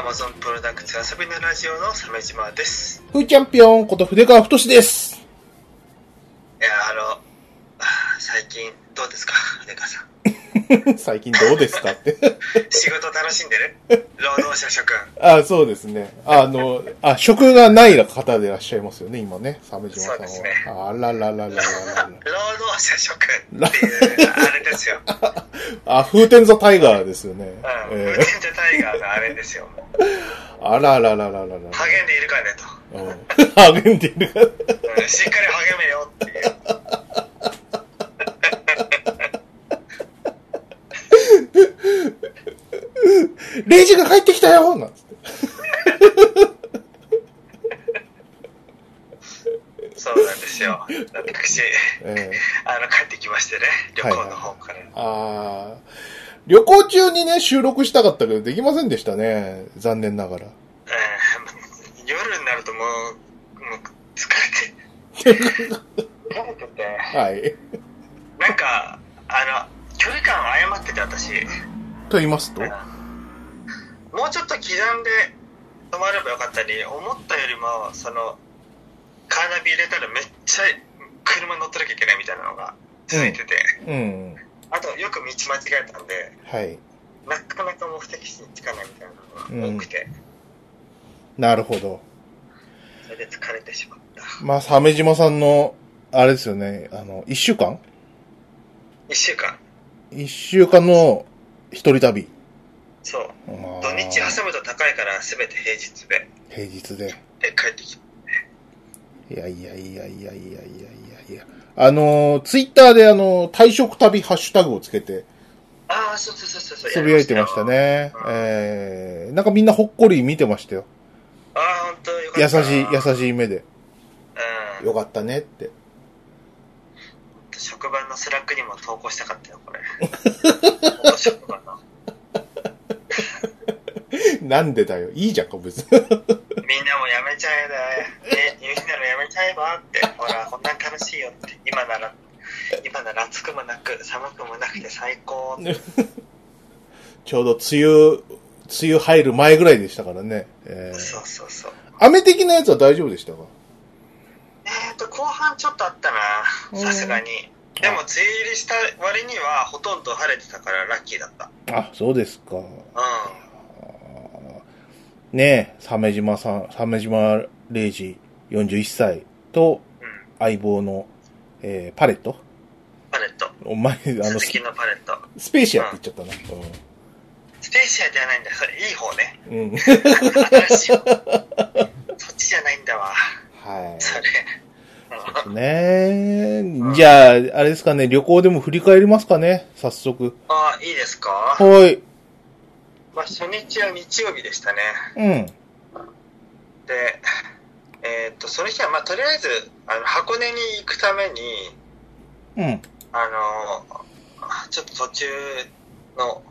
Amazon プロダクツ遊びのラジオの鮫島です。 ふーチャンピオンこと筆川太です。 いや、最近どうですか、筆川さん。 最近どうですかって仕事楽しんでる？労働者諸君。 あ、そうですね。職がない方でいらっしゃいますよね、今ね、鮫島さんは。そうですね。あらららららら。労働者諸君っていう、あれですよ。 風天ザタイガーですよね。 風天ザタイガーのあれですよ。 あらららららら。 励んでいるかねと。励んでいるか、 しっかり励めよっていう。 レイジが帰ってきたよなんつって。 そうなんですよ。私、帰ってきましてね、旅行の方から。 はい、旅行中にね、収録したかったけど、できませんでしたね。残念ながら。 夜になるともう疲れて。疲れてて。 はい。 なんか、距離感誤ってて、私。 と言いますと、 もうちょっと刻んで止まればよかったり、思ったよりもカーナビ入れたらめっちゃ車乗ってなきゃいけないみたいなのが続いてて、あとよく道間違えたんで、 はい、 なかなか目的地に着かないみたいなのが多くて、 なるほど。 それで疲れてしまった。 まあ鮫島さんのあれですよね、1週間の一人旅。 そう。土日挟むと高いから全て平日で。 平日で。 で、帰ってきた。 いや。ツイッターで退職旅ハッシュタグをつけて。 そう。 つぶやいてましたね。なんかみんなほっこり見てましたよ。 本当よかった。 優しい目で。よかったねって。 職場のスラックにも投稿したかったよ、これ。職場の。 なんでだよ。いいじゃんか、別に。 みんなもやめちゃえだよ。みんなのやめちゃえばって。ほら、こんなん楽しいよって。今なら暑くもなく、寒くもなくて最高。 ちょうど梅雨入る前ぐらいでしたからね。 そう。 雨的なやつは大丈夫でしたか？ 後半ちょっとあったな、さすがに。でも梅雨入りした割にはほとんど晴れてたからラッキーだった。 そうですか。ねえ、鮫島レイジ41歳と、相棒の、パレット。お前、 鈴木のパレット。 スペーシアって言っちゃったな。 スペーシアじゃないんだ。それいい方ね。新しい。そっちじゃないんだわ。 はい。 それ。 ねえ。じゃあ、あれですかね、旅行でも振り返りますかね、早速。 いいですか？ はい。 初日は日曜日でしたね。で、その日は、とりあえず、箱根に行くために、ちょっと途中の、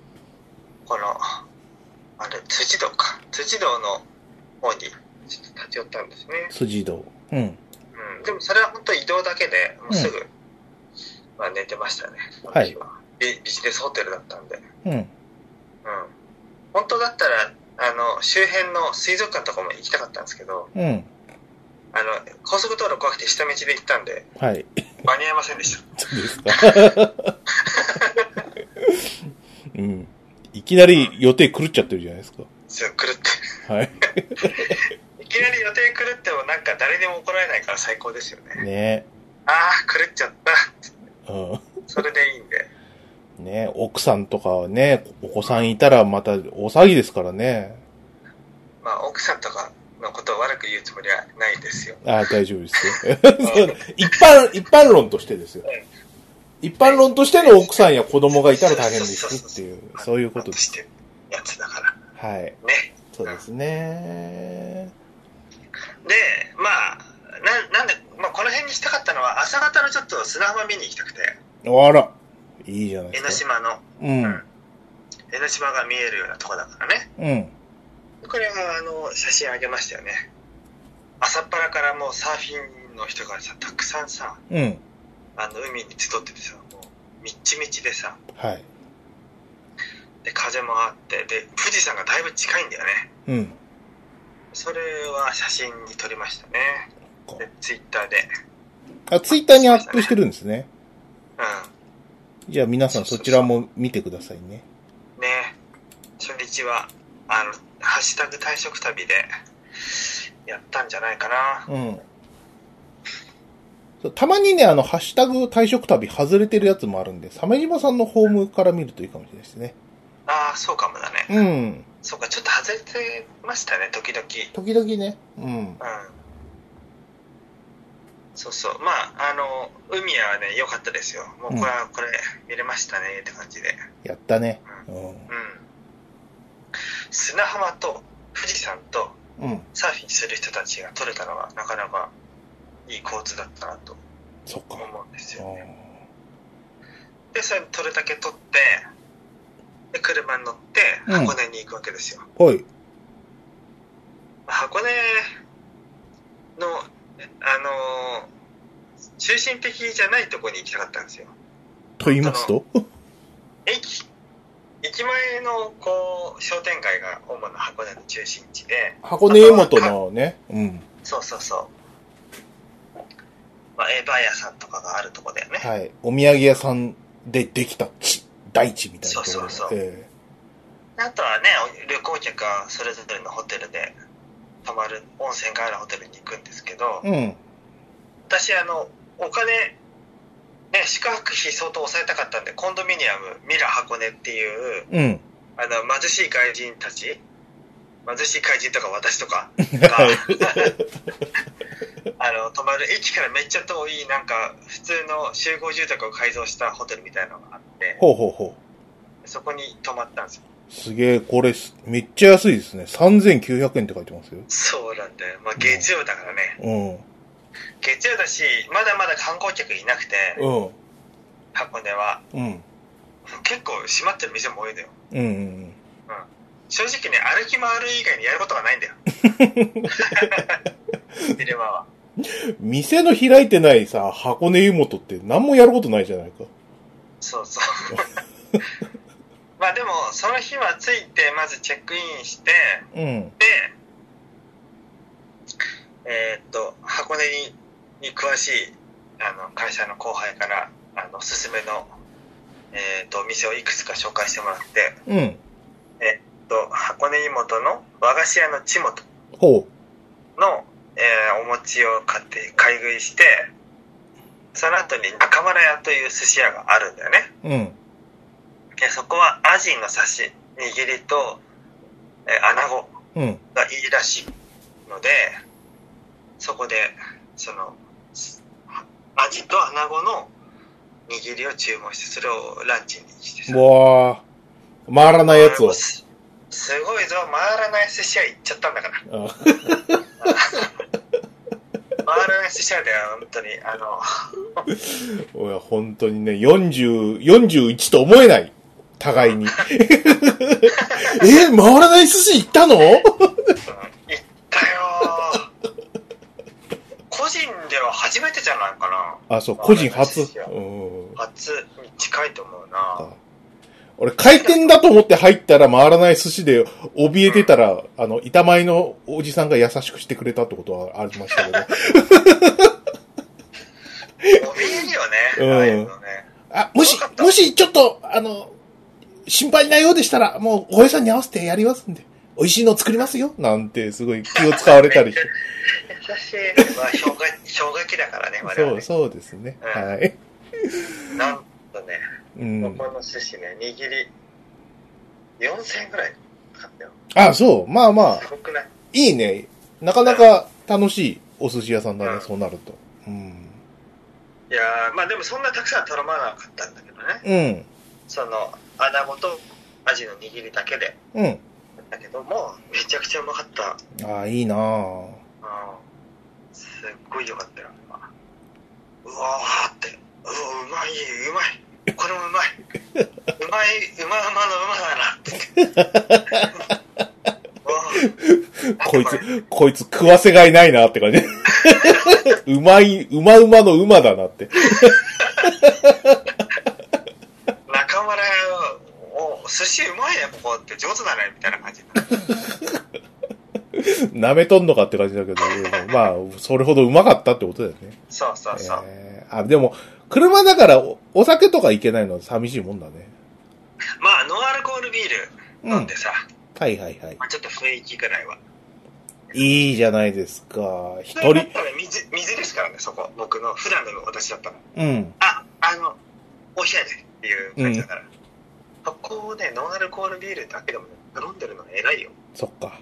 辻堂の方に、ちょっと立ち寄ったんですね。 辻堂。 でもそれは本当移動だけで、もうすぐ、寝てましたね。 はい。 ビジネスホテルだったんで。本当だったら、周辺の水族館とかも行きたかったんですけど、高速道路怖くて下道で行ったんで、 はい。 間に合いませんでした。 そうですか。いきなり予定狂っちゃってるじゃないですか。 そう、狂って。 はい。 いきなり予定狂ってもなんか誰にも怒られないから最高ですよね。 ね。 狂っちゃった。それでいいんで。 ね、奥さんとかね、お子さんいたらまた大騒ぎですからね。 奥さんとかのことを悪く言うつもりはないですよ。 大丈夫ですよ。一般論としてですよ。一般論としての奥さんや子供がいたら大変ですっていう、そういうことです。 やつだから。 はい。 ね。 そうですね。 で、なんで、この辺にしたかったのは、朝方のちょっと砂浜見に行きたくて。 あら。いいじゃないですか。 江ノ島の。江ノ島が見えるようなとこだからね。これは、写真あげましたよね。朝っぱらからもうサーフィンの人がさ、たくさんさ、海に集っててさ、もう、みっちみちでさ、 はい。 で、風もあって、で、富士山がだいぶ近いんだよね。 うん。 それは写真に撮りましたね。で、ツイッターで。 あ、ツイッターにアップしてるんですね。 うん。 じゃあ皆さんそちらも見てくださいね。 ね。初日は、ハッシュタグ退職旅でやったんじゃないかな。 うん。たまにね、ハッシュタグ退職旅外れてるやつもあるんで、鮫島さんのホームから見るといいかもしれないですね。 ああ、そうかもだね。 うん。 そうか、ちょっと外れてましたね、時々。 時々ね。うん。うん。 そうそう。まあ、海はね、良かったですよ。もうこれ見れましたねって感じで。 やったね。 うん。砂浜と富士山とサーフィンする人たちが撮れたのはなかなかいい交通だったなと思うんですよね。で、それ撮るだけ撮って、で、車に乗って箱根に行くわけですよ。 はい。 箱根の、中心的じゃないところに行きたかったんですよ。 と言いますと駅前のこう商店街が主な箱根の中心地で、 箱根湯本のね、うん。 そうそうそう。まあ、エヴァ屋さんとかがあるとこだよね。 はい。お土産屋さんでできた大地みたいなところ。 そうそうそう。あとはね、旅行客がそれぞれのホテルで泊まる温泉があるホテルに行くんですけど、 うん。 私お金ね、宿泊費相当抑えたかったんで、コンドミニアムミラ箱根っていう、 うん、 貧しい外人たち、貧しい怪人とか私とかが泊まる駅からめっちゃ遠いなんか普通の集合住宅を改造したホテルみたいなのがあって、 ほうほうほう、そこに泊まったんですよ。 すげえ、これめっちゃ安いですね。3900円って書いてますよ。 そうなんだよ。まあ月曜だからね。 うん。 月曜だし、まだまだ観光客いなくて、 うん。 箱根は。 うん。 結構閉まってる店も多いんだよ。 うんうんうん。 正直ね、歩き回る以外にやることがないんだよ。昼間は。 店の開いてないさ、箱根湯本って何もやることないじゃないか。 そうそう。まあでも、その日は着いて、まずチェックインして、 うん。 で、箱根に詳しい、会社の後輩から、おすすめの、お店をいくつか紹介してもらって、 うん。 箱根湯本の和菓子屋のちもとの、お餅を買い食いして、その後に中村屋という寿司屋があるんだよね。 うん。 でそこはアジの握りと、穴子がいいらしいので、そこでアジと穴子の握りを注文して、それをランチにしてさ。 わー、回らないやつを。 すごいぞ、回らない寿司屋行っちゃったんだから。回らない寿司屋だよ、本当に。 いや、本当にね、41と思えない。互いに。回らない寿司行ったの？ 行ったよ。個人では初めてじゃないかな。 あ、そう、個人初。 初に近いと思うな。 俺、回転だと思って入ったら回らない寿司で怯えてたら、板前のおじさんが優しくしてくれたってことはありましたけど。怯えるよね。 もし、ちょっと、心配なようでしたら、もう、おやさんに合わせてやりますんで、美味しいの作りますよ、なんて、すごい気を使われたりして。 優しい。まあ、氷河期だからね、我々。 そうですね。はい。 なんとね、ここの寿司ね、握り、4000円ぐらい買ったよ。 あ、そう。まあまあ。 すごくない？ いいね。なかなか楽しいお寿司屋さんだね、そうなると。 いやー、まあでもそんなたくさん頼まなかったんだけどね。穴子とアジの握りだけで。だけども、めちゃくちゃうまかった。 ああ、いいなぁ。 すっごいよかったよ。うわーって。うまい。これもうまい。うまの馬だなって。 こいつ食わせがいないなって感じ。馬の馬だなって。中村寿司うまいね、ここって上手だね、みたいな感じ。 舐めとんのかって感じだけど、まあ、それほどうまかったってことだよね。 そうそうそう。 でも、車だからお酒とかいけないのは寂しいもんだね。 まあ、ノンアルコールビール飲んでさ。 はいはいはい。 まあ、ちょっと雰囲気ぐらいは。 いいじゃないですか。一人。 だったら水ですからね、そこ。僕の普段の私だったら。 うん。 お部屋でっていう感じだから。ここでノンアルコールビールだけでも飲んでるの偉いよ。 そっか。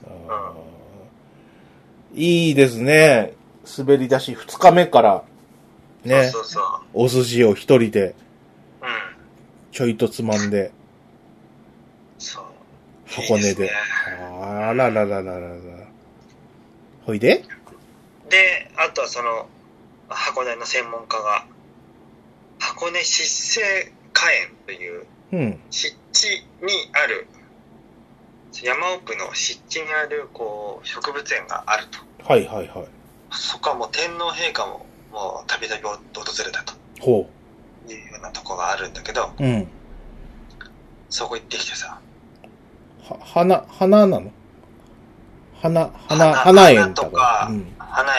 いいですね。滑り出し2日目から。ね。 そうそうそう。 お寿司を一人で。 うん。 ちょいとつまんで。 そう。 箱根で。あらららららら。ほいで？ で、あとはその、箱根の専門家が、箱根湿生花園という、湿地にある、山奥の湿地にある、植物園があると。 はいはいはい。 そこはもう天皇陛下も、もうたびたび訪れたと。 ほう。いうようなとこがあるんだけど、そこ行ってきてさ。 花なの？花園とか、花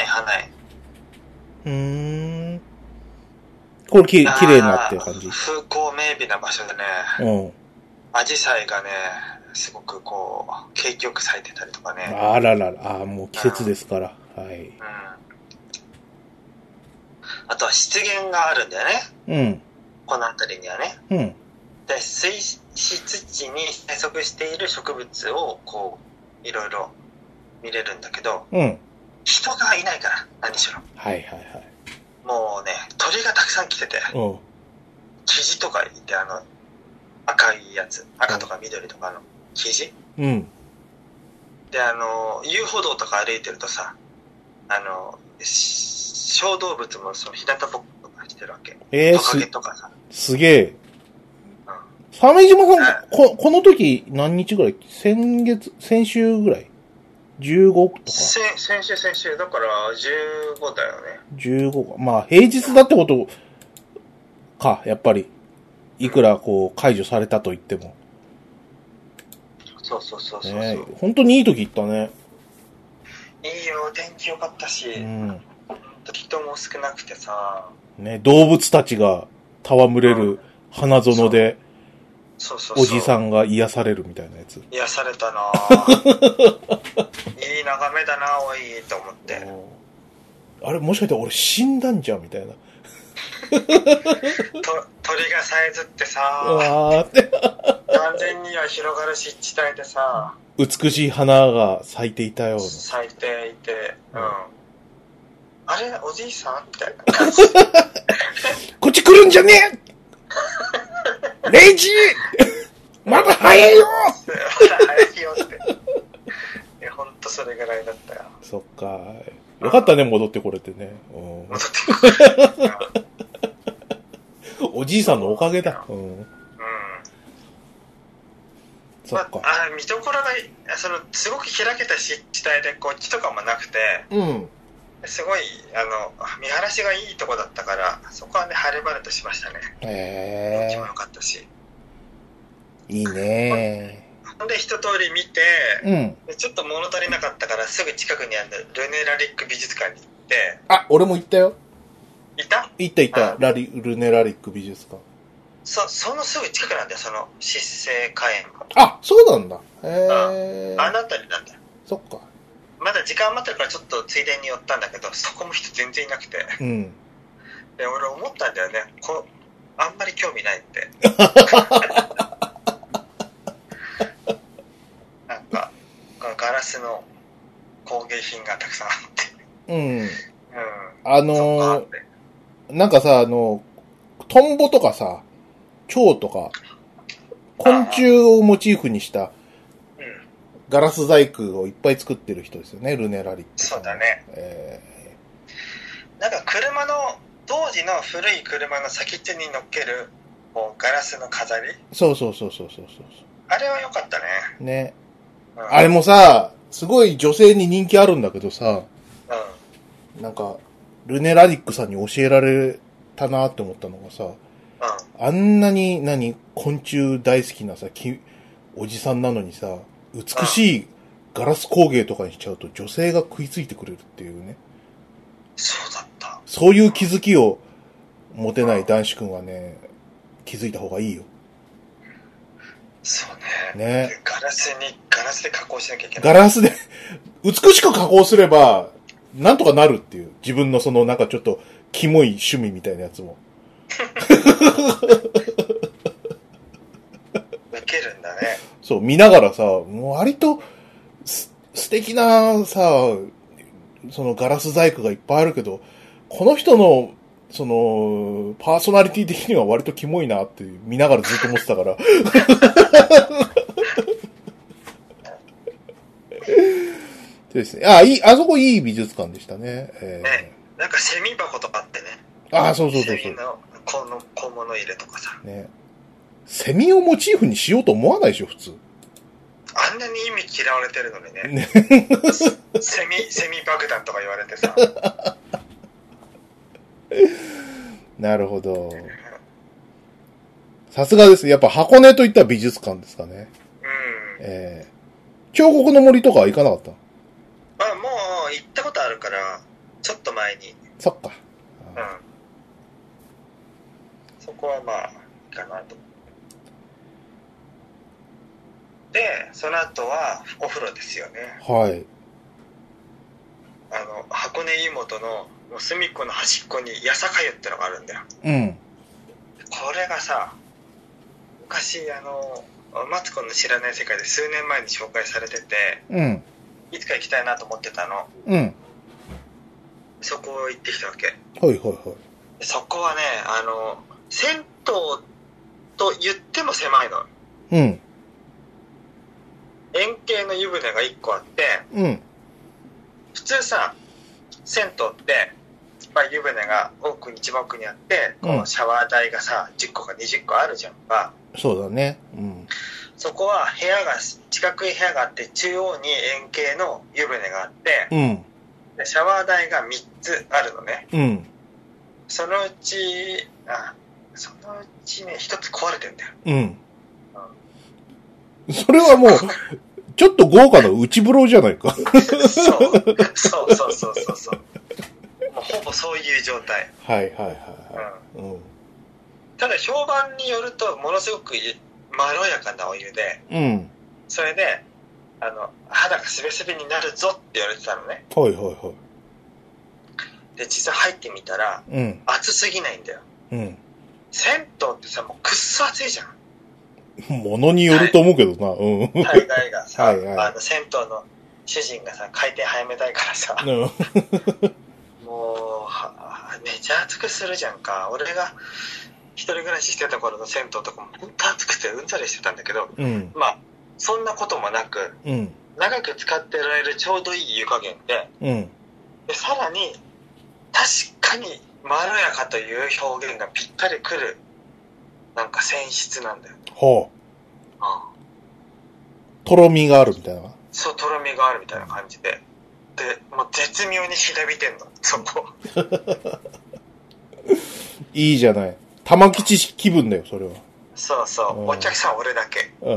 園。 これ綺麗なって感じ。 風光明媚な場所でね、アジサイがね、すごく景気よく咲いてたりとかね。 あららら、もう季節ですから。はい。 あとは湿原があるんだよね。この辺りにはね。で、水質地に生息している植物を、いろいろ見れるんだけど、人がいないから、何しろ。 はいはいはい。 もうね、鳥がたくさん来てて、キジとかいて、赤いやつ、赤とか緑とかのキジ。で、遊歩道とか歩いてるとさ、小動物もその日向ぼっことかしてるわけ。トカゲとかさ。 すげえ。鮫島さん、この時何日ぐらい？先週ぐらい？15とか。 先週、だから15だよね。 15か。まあ、平日だってことか、やっぱり。いくら解除されたと言っても。 そう。 本当にいい時行ったね。 いいよ、天気良かったし。人も少なくてさ。 ね、動物たちが戯れる花園で、おじさんが癒されるみたいなやつ。 癒されたなぁ。いい眺めだなぁ、おい、と思って。 あれ、もしかして俺死んだんじゃんみたいな。 鳥がさえずってさ、完全には広がる湿地帯でさ、 美しい花が咲いていたような。 咲いていて、あれ、おじいさんみたいな。 こっち来るんじゃねえレイジーまだ早いよまだ早いよって。いや、ほんとそれぐらいだったよ。 そっか。よかったね、戻ってこれてね。 戻ってこれて。 おじいさんのおかげだ。 そっか。見どころが、すごく開けた湿地帯で、木とかもなくて、すごい、見晴らしがいいとこだったから、そこはね、晴れ晴れとしましたね。天気も良かったし。 いいねー。で、一通り見て、ちょっと物足りなかったから、すぐ近くにあるルネラリック美術館に行って。 俺も行ったよ。 行った行った。ルネラリック美術館。 そのすぐ近くなんだよ、その、湿生花園が。そうなんだ。 あの辺りなんだよ。 そっか。 まだ時間余ってるからちょっとついでに寄ったんだけど、そこも人全然いなくて。で、俺思ったんだよね。あんまり興味ないって。なんか、ガラスの工芸品がたくさんあって。 なんかさ、トンボとかさ、蝶とか、昆虫をモチーフにした、ガラス細工をいっぱい作ってる人ですよね、ルネラリック。 そうだね。なんか当時の古い車の先っちょに乗っける、ガラスの飾り。 そう。 あれは良かったね。 ね。あれもさ、すごい女性に人気あるんだけどさ、なんか、ルネラリックさんに教えられたなって思ったのがさ、あんなに昆虫大好きなさ、 おじさんなのにさ、美しいガラス工芸とかにしちゃうと女性が食いついてくれるっていうね。 そうだった。 そういう気づきを持てない男子くんはね、気づいた方がいいよ。 そうね。 ね。 ガラスで加工しなきゃいけない。 ガラスで、美しく加工すれば、なんとかなるっていう。自分のそのなんかちょっと、キモい趣味みたいなやつも。 受けるんだね。 そう、見ながらさ、もう割と、素敵なさ、そのガラス細工がいっぱいあるけど、この人の、その、パーソナリティ的には割とキモいなって見ながらずっと思ってたから。ですね。あそこいい美術館でしたね。 ね。なんかセミ箱とかあってね。 そう。セミの小物入れとかさ。 ね。セミをモチーフにしようと思わないでしょ、普通。 あんなに意味嫌われてるのにね。セミ爆弾とか言われてさ。 なるほど。さすがですね。やっぱ箱根といったら美術館ですかね。彫刻の森とかは行かなかった？ もう行ったことあるから、ちょっと前に。 そっか。 そこはまあ、いいかなと。で、その後はお風呂ですよね。 はい。 箱根湯本の隅っこの端っこに八坂湯ってのがあるんだよ。 うん。 これがさ、昔マツコの知らない世界で数年前に紹介されてて、 うん。 いつか行きたいなと思ってたの。 うん。 そこ行ってきたわけ。 はいはいはい。 そこはね、銭湯と言っても狭いの。 うん。 円形の湯船が1個あって、 うん。 普通さ、銭湯って、まあ、湯船が一番奥にあって、こうシャワー台がさ、10個か20個あるじゃんか。 そうだね。うん。 そこは四角い部屋があって、中央に円形の湯船があって、 うん。 でシャワー台が3つあるのね。 うん。 そのうちね、1つ壊れてんだよ。 うん。それはもう、ちょっと豪華な内風呂じゃないか。 そう。もうほぼそういう状態。 はいはいはい。 うん。ただ評判によると、ものすごくまろやかなお湯で、 うん。 それで、肌がスベスベになるぞって言われてたのね。 はいはいはい。 で、実際入ってみたら、 うん。 暑すぎないんだよ。 うん。 銭湯ってさ、もうくっそ暑いじゃん。 ものによると思うけどな。うん。 大概がさ、 はいはい、 銭湯の主人がさ、回転早めたいからさ、 うん、 もうめちゃ暑くするじゃんか。俺が一人暮らししてた頃の銭湯とかも本当暑くてうんざりしてたんだけど、 うん、 まあそんなこともなく、 うん、 長く使ってられるちょうどいい湯加減で、 うん、 でさらに確かにまろやかという表現がぴったりくるなんか泉質なんだよ。 ほう。とろみがあるみたいな。 そう、とろみがあるみたいな感じで。で、もう絶妙にひだびてんの、そこ。いいじゃない。玉吉気分だよ、それは。 そうそう。お客さん俺だけ。 うん。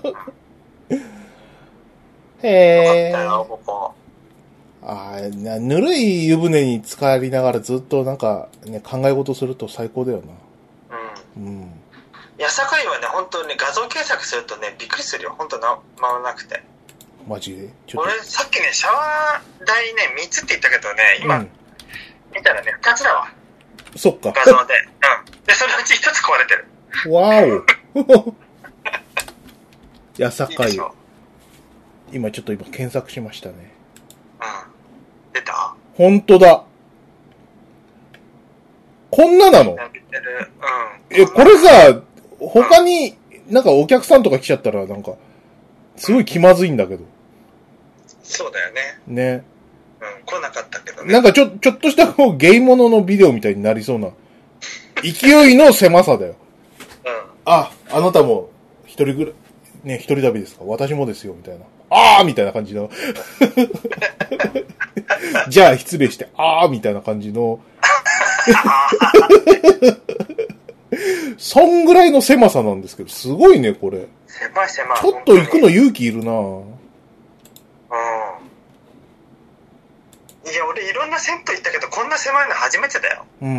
へえ。よかったよ、ここ。 ぬるい湯船に浸かりながらずっとなんかね、考え事すると最高だよな。うん。うん。 八坂湯はね、本当に画像検索するとね、びっくりするよ。本当回らなくて。 マジで俺、さっきね、シャワー台ね、3つって言ったけどね、今、見たらね、2つだわ。 そっか。 画像で。うん。で、そのうち1つ壊れてる。 わお。八坂湯。今検索しましたね。 うん。出た？ ほんとだ。こんなの？ うん。 これさ、他に、なんかお客さんとか来ちゃったら、なんか、すごい気まずいんだけど。 そうだよね。 ね。 うん、来なかったけどね。 なんかちょっとしたゲイモノのビデオみたいになりそうな、勢いの狭さだよ。 うん。 あなたも、一人旅ですか？私もですよ、みたいな。みたいな感じの。じゃあ失礼して、みたいな感じの。そんぐらいの狭さなんですけど、すごいね、これ。 狭い狭い。 ちょっと行くの勇気いるな。 いや、俺いろんな銭湯行ったけど、こんな狭いの初めてだよ。 うん。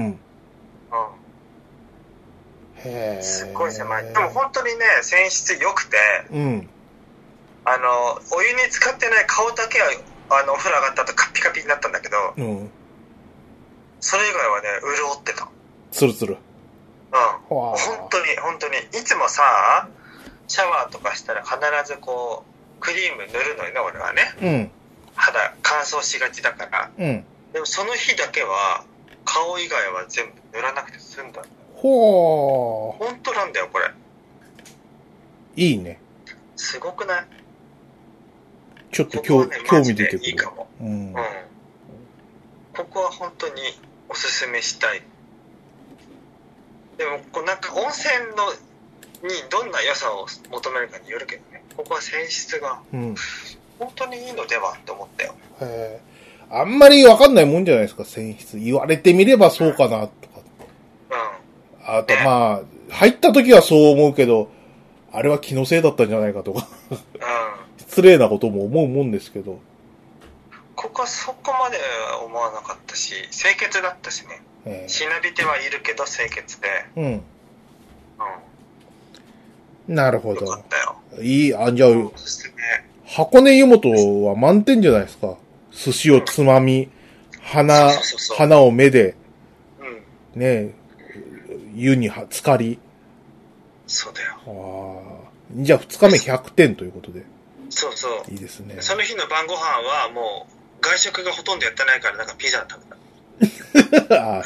へー。 すっごい狭い。でも本当にね、泉質良くて、 うん。 お湯に浸かってない顔だけは、お風呂上がった後カピカピになったんだけど、 うん。 それ以外はね、潤ってた。 ツルツル。 本当に。いつもさ、シャワーとかしたら必ずこう、クリーム塗るのよね、俺はね。 うん。 肌乾燥しがちだから。 うん。 でもその日だけは、顔以外は全部塗らなくて済んだ。 ほー。 本当なんだよ、これ。 いいね。 すごくない？ ちょっと興味出てくる。 いいかも。ここは本当におすすめしたい。でも、なんか温泉にどんな良さを求めるかによるけどね。ここは泉質が本当にいいのではって思ったよ。 あんまりわかんないもんじゃないですか、泉質。言われてみればそうかな、とか。あと、まあ、入った時はそう思うけど、あれは気のせいだったんじゃないかとか。失礼なことも思うもんですけど。 ここはそこまで思わなかったし、清潔だったしね。しなびてはいるけど清潔で。 なるほど。 よかったよ。 じゃあ、箱根湯本は満点じゃないですか。寿司をつまみ、花を目で、ね、湯に浸かり。 そうだよ。 じゃあ2日目100点ということで。 そうそう。 いいですね。 その日の晩ご飯はもう、外食がほとんどやってないから、なんかピザ食べた。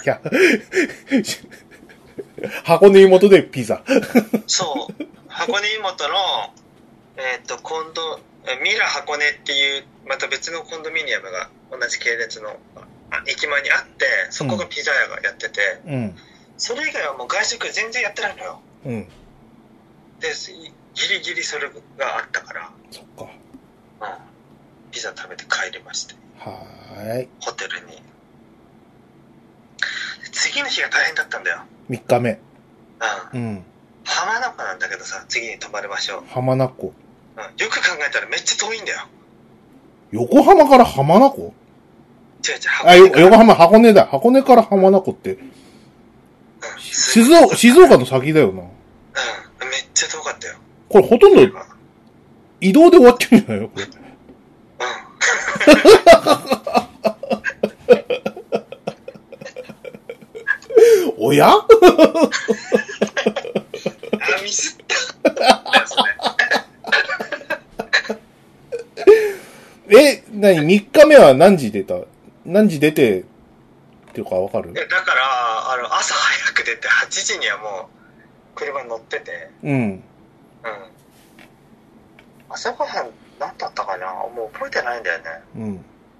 箱根湯本でピザ。 そう。箱根湯本の、ミラ箱根っていう、また別のコンドミニアムが同じ系列の駅前にあって、そこがピザ屋がやってて、それ以外はもう外食全然やってないのよ。で、ギリギリそれがあったから。 そっか。 ピザ食べて帰りまして。ホテルに。次の日が大変だったんだよ。 3日目。 浜名湖なんだけどさ、次に泊まる場所。 浜名湖。 よく考えたらめっちゃ遠いんだよ。 横浜から浜名湖？ 違う。 横浜、箱根だ。箱根から浜名湖って。静岡の先だよな。 めっちゃ遠かったよ。 これほとんど移動で終わってるんじゃないのこれ。おやミスった。 3日目は何時出てっていうかわかる？ だから、朝早く出て8時にはもう車に乗ってて。朝ごはん何だったかな？もう覚えてないんだよね。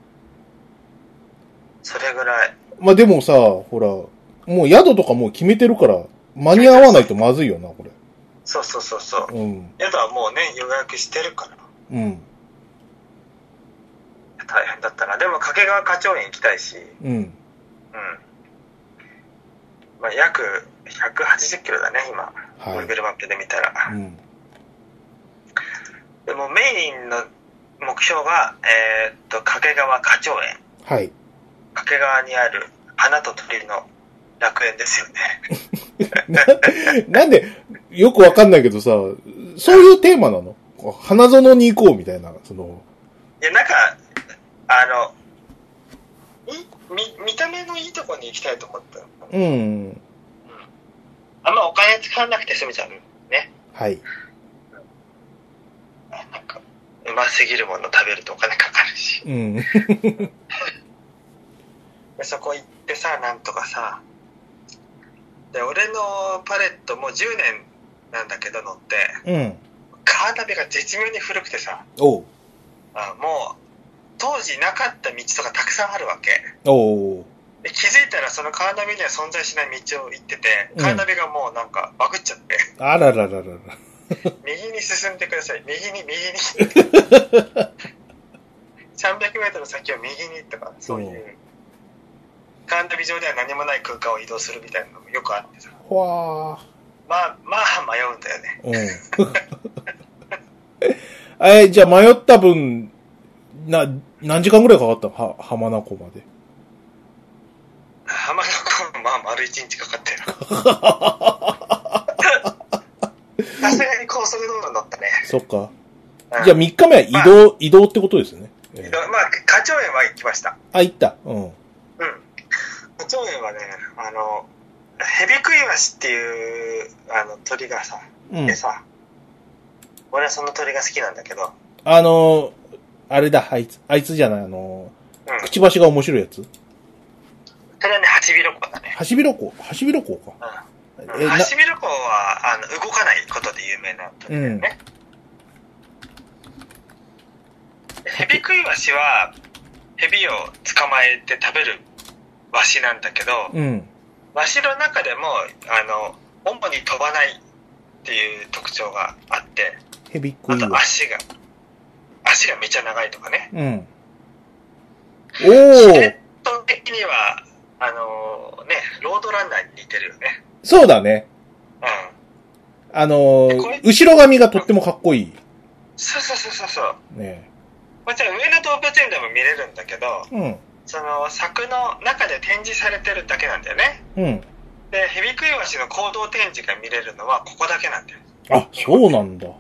それぐらい。 まあでもさ、ほら、もう宿とかもう決めてるから、間に合わないとまずいよな、これ。 そう。宿はもうね、予約してるから。大変だったな。でも掛川花鳥園行きたいし。まあ約180キロだね、今。Google マップで見たら。でもメインの目標が、掛川花鳥園。掛川にある花と鳥の楽園ですよね。なんで、よくわかんないけどさ、そういうテーマなの？花園に行こうみたいな、いや、なんか、見た目のいいとこに行きたいと思った。あんまお金使わなくて済むじゃん。ね。なんか、うますぎるもの食べるとお金かかるし。でそこ行ってさ、なんとかさ。で、俺のパレットもう10年なんだけど乗って、カーナビが絶妙に古くてさ、もう、当時なかった道とかたくさんあるわけ。で気づいたらそのカーナビには存在しない道を行ってて、カーナビがもうなんかバグっちゃって。 あららららら。 右に進んでください。右に。300メートル先は右にとか、そういう。カーナビ上では何もない空間を移動するみたいなのもよくあってさ。まあ迷うんだよね。 じゃあ迷った分、何時間ぐらいかかったの浜名湖まで。 浜名湖もまあ丸1日かかったよ。さすがに高速道路乗ったね。 そっか。 うん、 じゃあ3日目は移動ってことですね。 まあ、花鳥園は行きました。 あ、行った。うん。 花鳥園はね、ヘビクイワシっていう、鳥がさ、でさ、俺はその鳥が好きなんだけど。 あれだ、あいつじゃない、くちばしが面白いやつ。 それはね、ハシビロコウだね。 ハシビロコウか。 ハシビロコウは、動かないことで有名な鳥だよね。ヘビクイワシは、ヘビを捕まえて食べるワシなんだけど、ワシの中でも、主に飛ばないっていう特徴があって、 ヘビクイワシ。 あと足がめちゃ長いとかね。 おー。 ネット的には、ロードランナーに似てるよね。 そうだね。後ろ髪がとってもかっこいい。 そう。 ねえ。 もちろん上野動物園でも見れるんだけど、その柵の中で展示されてるだけなんだよね。で、ヘビクイワシの行動展示が見れるのはここだけなんだよ。 あ、そうなんだ。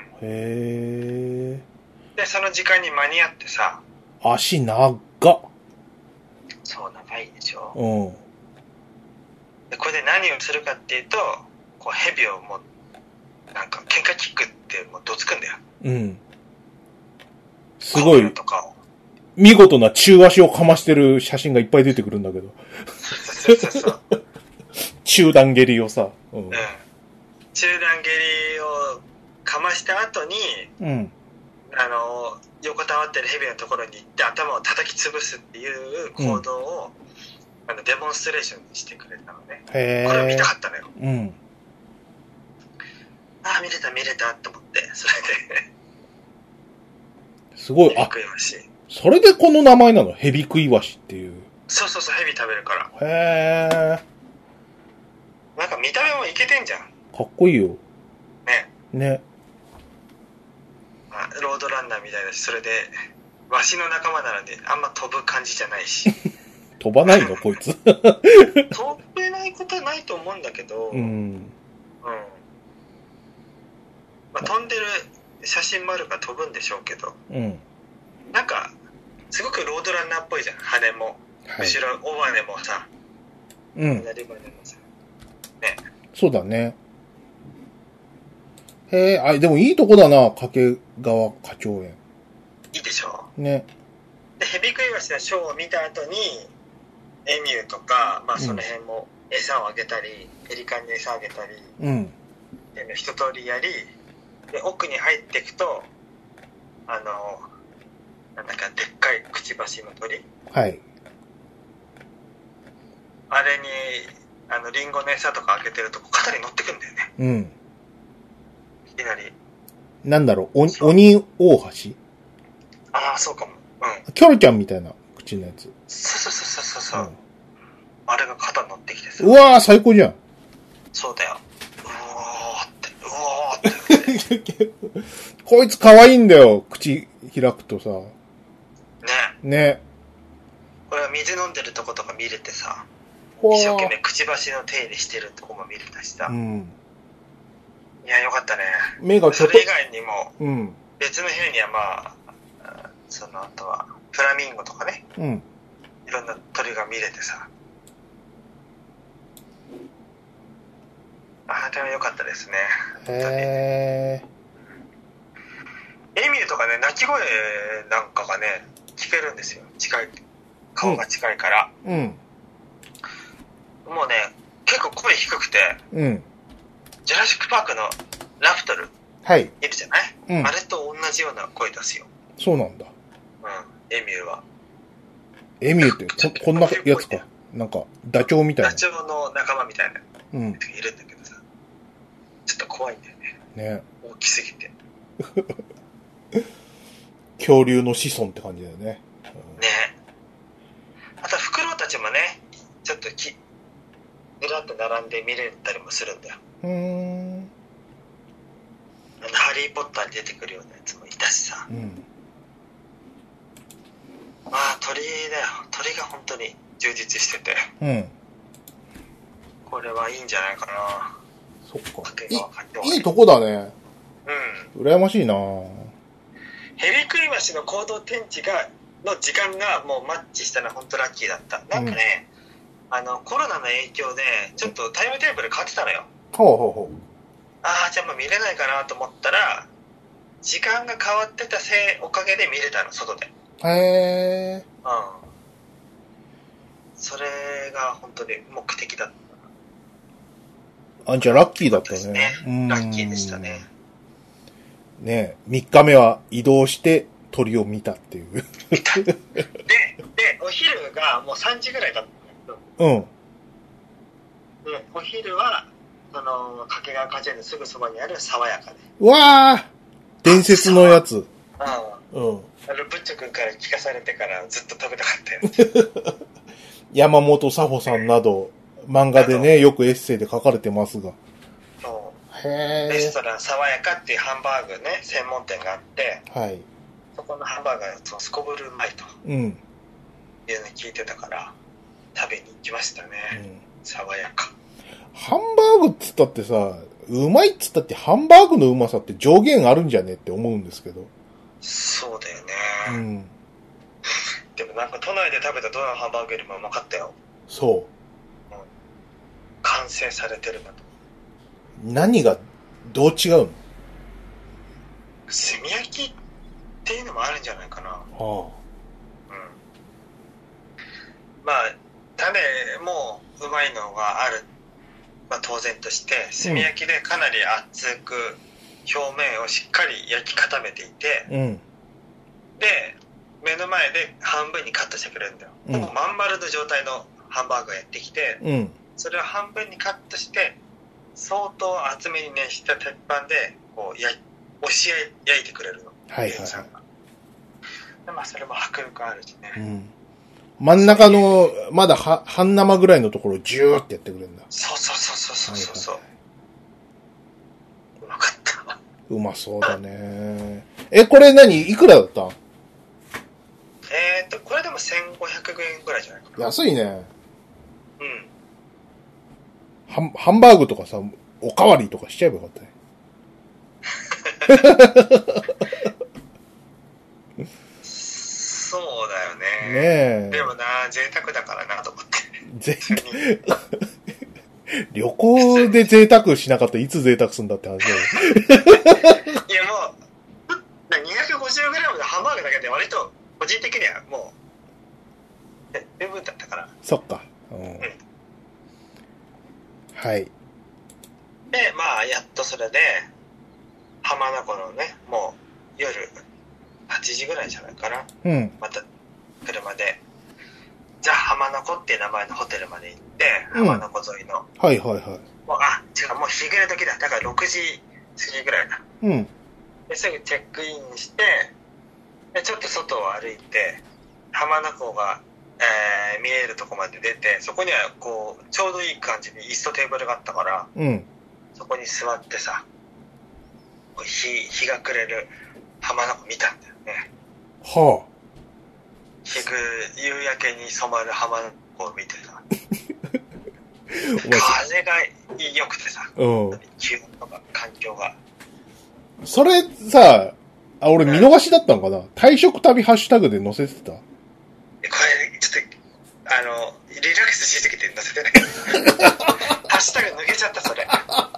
へー。で、その時間に間に合ってさ。 足長っ。 そう、長いでしょ。で、これで何をするかっていうと、こうヘビをもう、なんか喧嘩キックってもうどつくんだよ。 すごい。見事な中足をかましてる写真がいっぱい出てくるんだけど。 そう。 中段蹴りをさ。 中段蹴りをかました後に、横たわってるヘビのところに行って頭を叩き潰すっていう行動を、デモンストレーションにしてくれたのね。これを見たかったのよ。ああ、見れたと思って、それで。 すごい。あ、それでこの名前なの？ヘビクイワシっていう。 そう、ヘビ食べるから。 へー。 なんか見た目もイケてんじゃん。 かっこいいよ。ね。 ロードランナーみたいだし、それで、ワシの仲間なので、あんま飛ぶ感じじゃないし。 飛ばないのこいつ。 飛べないことはないと思うんだけど、まあ、飛んでる写真もあるから飛ぶんでしょうけど、なんか、すごくロードランナーっぽいじゃん、羽も。後ろ、尾羽もさ。左羽もさ。ね。 そうだね。へえ、でもいいとこだな、掛川花鳥園。 いいでしょ？ ね。 で、ヘビクイワシのショーを見た後に、エミューとか、まあその辺も餌をあげたり、ペリカンに餌をあげたり、一通りやり、で、奥に入っていくと、なんだかでっかいくちばしの鳥。 はい。 あれに、リンゴの餌とかあげてると、肩に乗ってくんだよね。いきなり。なんだろう、 鬼大橋？ ああ、そうかも。 キョロちゃんみたいな口のやつ。 そう。あれが肩に乗ってきてさ。 うわー、最高じゃん。 そうだよ。うおーって。 こいつ可愛いんだよ、口開くとさ。ね。これは水飲んでるとことか見れてさ、一生懸命くちばしの手入れしてるとこも見れたしさ。いや、よかったね。それ以外にも、別の部屋にはまあ、その後は、フラミンゴとかね。いろんな鳥が見れてさ。あれは良かったですね。エミューとかね、鳴き声なんかがね、聞けるんですよ。顔が近いから。もうね、結構声低くて、ジュラシックパークのラプトル、いるじゃない？あれと同じような声出すよ。 そうなんだ。 エミューは。 エミューってこんなやつか。なんか、ダチョウみたいな。 ダチョウの仲間みたいな。いるんだけどさ。ちょっと怖いんだよね。 ね。 大きすぎて。 恐竜の子孫って感じだよね。 ね。あと、フクロウたちもね、ちょっとずらっと並んで見れたりもするんだよ。ハリーポッターに出てくるようなやつもいたしさ。 うん。 まあ鳥だよ。鳥が本当に充実してて。 うん。 これはいいんじゃないかな。 そっか。 いいいとこだね。 うん。 羨ましいな。 ヘリクイワシの行動展示の時間がもうマッチしたのは本当ラッキーだった。なんかね、コロナの影響でちょっとタイムテーブル変わってたのよ。 ほうほうほう。 じゃあもう見れないかなと思ったら、時間が変わってたおかげで見れたの、外で。 へー。 それが本当に目的だった。 じゃあラッキーだったね。 ラッキーでしたね。 ねえ、3日目は移動して鳥を見たっていう。 見た。で、お昼がもう3時ぐらいだったんだけど。うん。 で、お昼は、掛川果樹園のすぐそばにある爽やかで。 うわー、伝説のやつ。うん。 ブッチョ君から聞かされてからずっと食べたかったよ。 山本佐穂さんなど、漫画でね、よくエッセイで書かれてますが。 そう。 へー。 レストラン爽やかっていうハンバーグね、専門店があって、 はい。 そこのハンバーガーがすこぶるうまいと。うん。いうの聞いてたから、食べに行きましたね。うん。爽やか。 ハンバーグっつったってさ、うまいっつったってハンバーグのうまさって上限あるんじゃねって思うんですけど。 そうだよね。 うん。 でもなんか都内で食べたどのハンバーグよりもうまかったよ。 そう。 完成されてるなと。 何がどう違うの？ 炭焼きっていうのもあるんじゃないかな。まあ種もうまいのがある、まあ、当然として炭焼きでかなり厚く表面をしっかり焼き固めていて、で目の前で半分にカットしてくれるんだよ。ほぼまん丸の状態のハンバーグがやってきて、それを半分にカットして相当厚めに熱した鉄板でこう押し焼いてくれるの。 はいはい。 でまあそれも迫力あるしね。 真ん中のまだ半生ぐらいのところをジューってやってくれるんだ。 そう。うまかった。 うまそうだね。これいくらだった？ これでも1500円ぐらいじゃないかな。 安いね。ハンバーグとかさ、おかわりとかしちゃえばよかったね。 そうだよね。 ねえ。 でもな、贅沢だからなと思って。 旅行で贅沢しなかったらいつ贅沢するんだって話だよ。 いやもう、250g のハンバーグだけで割と、個人的にはもう、十分だったから。 そっか。はい。 で、まあ、やっとそれで、浜名湖のね、もう夜8時ぐらいじゃないかな。また車で、じゃあ浜名湖っていう名前のホテルまで行って、浜名湖沿いの。 はい。もう違う、もう日暮れ時だ。だから6時過ぎぐらいだ。ですぐチェックインして、でちょっと外を歩いて、浜名湖が、見えるとこまで出て、そこにはこうちょうどいい感じに椅子とテーブルがあったから、そこに座ってさ、日が暮れる浜名湖見たんだよね。 はあ。 夕焼けに染まる浜名湖を見てさ、風が良くてさ、気温とか環境が。 それさ、俺見逃しだったのかな？退職旅ハッシュタグで載せてた？ これ、ちょっと、リラックスしすぎて載せてない。ハッシュタグ抜けちゃった、それ。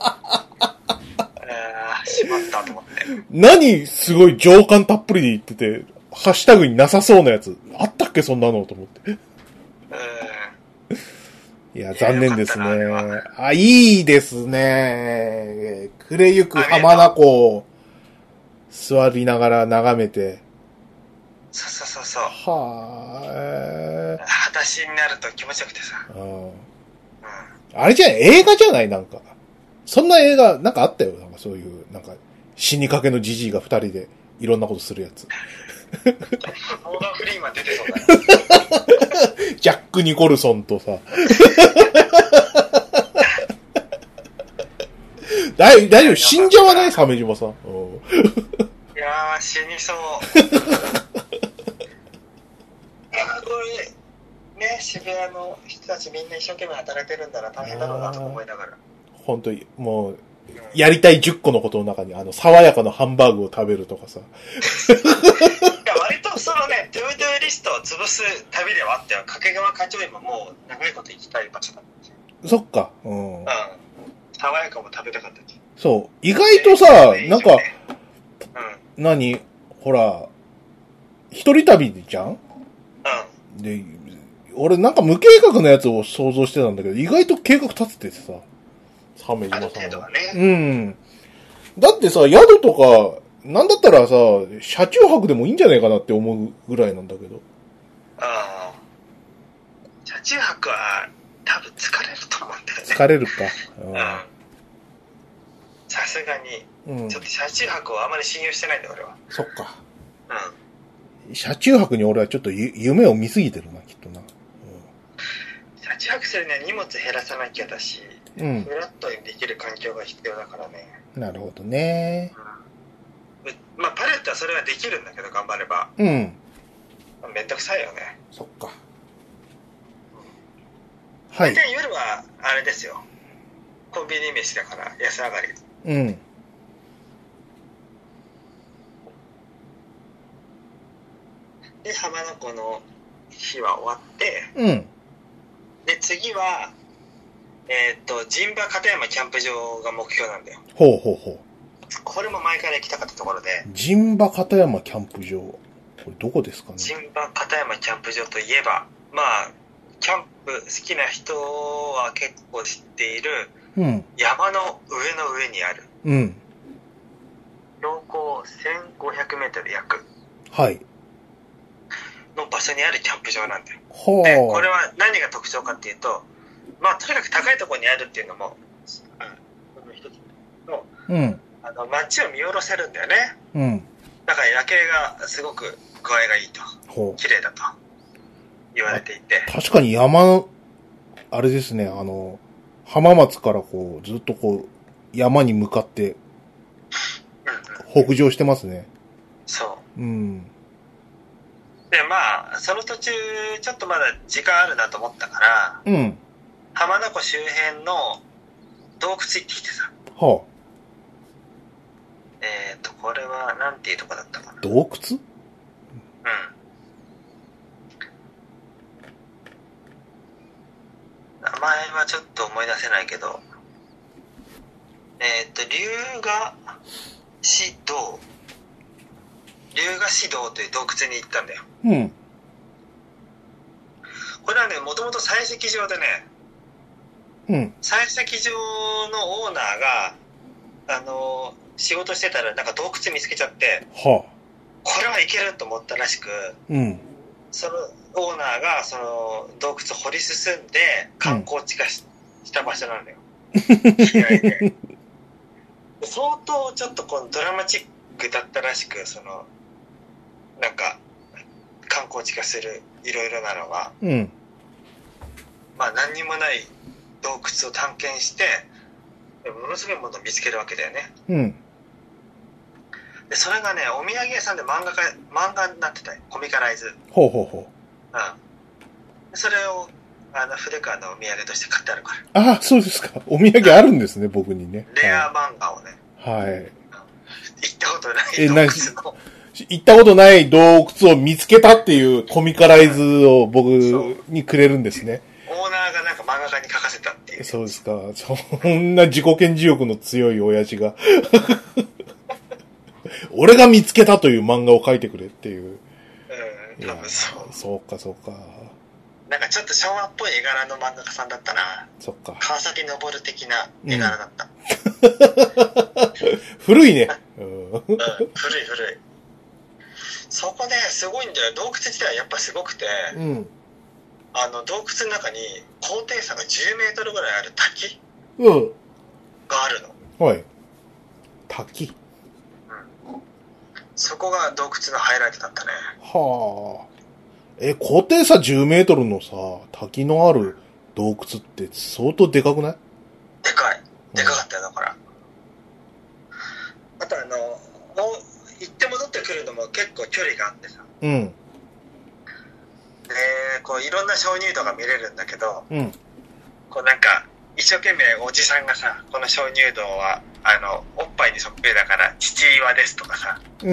しまったと思って。 何すごい情感たっぷりで言ってて、ハッシュタグになさそうなやつ。あったっけそんなのと思って。いや、残念ですね。いいですね。暮れゆく浜名湖を座りながら眺めて。 そう。 はぁ。裸足になると気持ちよくてさ。 あれじゃない？映画じゃない？なんか。そんな映画、なんかあったよ。なんかそういう、なんか、死にかけのジジイが二人でいろんなことするやつ。 モーガン・フリーマン出てそうだね。 ジャック・ニコルソンとさ。 大丈夫、死んじゃわない鮫島さん。 いやー、死にそう。これ、ね、渋谷の人たちみんな一生懸命働いてるんだな、大変だろうなと思いながら。 本当に、もう、やりたい10個のことの中に、爽やかなハンバーグを食べるとかさ。 いや、割とそのね、トゥードゥーリストを潰す旅ではあってよ。掛川花鳥園ももう長いこと行きたい場所だったし。 そっか。 爽やかも食べたかったし。 そう。意外とさ、なんか、ほら、一人旅じゃん？で、俺なんか無計画のやつを想像してたんだけど、意外と計画立ててさ、鮫島さんは。だってさ、宿とか、なんだったらさ、車中泊でもいいんじゃないかなって思うぐらいなんだけど。 車中泊は、多分疲れると思うんだよね。 疲れるか。 さすがに、ちょっと車中泊をあまり信用してないんだ、俺は。 そっか。車中泊に俺はちょっと夢を見すぎてるな、きっとな。 車中泊するには荷物減らさなきゃだし、フラットにできる環境が必要だからね。 なるほどね。 まあ、パレットはそれはできるんだけど、頑張れば。めんどくさいよね。 そっか。はい。 で、夜は、あれですよ。コンビニ飯だから、安上がり。で、浜名湖の日は終わって、で、次は、陣馬片山キャンプ場が目標なんだよ。これも前から行きたかったところで。 陣馬片山キャンプ場。これどこですかね？ 陣馬片山キャンプ場といえば、まあ、キャンプ好きな人は結構知っている、山の上の上にある、標高1500メートル約。の場所にあるキャンプ場なんだよ。で、これは何が特徴かっていうと、まあ、とにかく高いところにあるっていうのも、この一つの、街を見下ろせるんだよね。だから夜景がすごく具合がいいと、綺麗だと言われていて。 確かに山、あれですね、浜松からこう、ずっとこう、山に向かって、北上してますね。 そう。で、まあ、その途中、ちょっとまだ時間あるなと思ったから、浜名湖周辺の洞窟行ってきてさ。これは、なんていうとこだったかな。 洞窟？ 名前はちょっと思い出せないけど、龍河市道という洞窟に行ったんだよ。これはね、もともと採石場でね、採石場のオーナーが、仕事してたらなんか洞窟見つけちゃって、これはいけると思ったらしく、そのオーナーがその洞窟を掘り進んで観光地化した場所なんだよ。で相当ちょっとこのドラマチックだったらしく、そのなんか観光地化するいろいろなのが、まあ何にもない洞窟を探検してものすごいものを見つけるわけだよね。でそれがね、お土産屋さんで漫画になってたよ。コミカライズ。それを筆川のお土産として買ってあるから。 ああ、そうですか。お土産あるんですね、僕にね。 レア漫画をね。 行ったことない洞窟の。 行ったことない洞窟を見つけたっていうコミカライズを僕にくれるんですね。 オーナーがなんか漫画家に書かせたっていう。 そうですか。そんな自己顕示欲の強い親父が。俺が見つけたという漫画を描いてくれっていう。 多分そう。 そうか。 なんかちょっと昭和っぽい絵柄の漫画家さんだったな。 そっか。 川崎昇的な絵柄だった。 古いね。 古い。そこね、すごいんだよ。洞窟自体はやっぱすごくて、洞窟の中に高低差が10メートルぐらいある滝があるの。 滝。 そこが洞窟のハイライトだったね。 高低差10メートルのさ、滝のある洞窟って相当でかくない？ でかかったよ、だから。 行って戻ってくるのも結構距離があってさ。 うん。 で、こういろんな鍾乳洞が見れるんだけど、 うん。 こうなんか、一生懸命おじさんがさ、この鍾乳洞は、おっぱいにそっくりだから、父岩ですとかさ、 うん。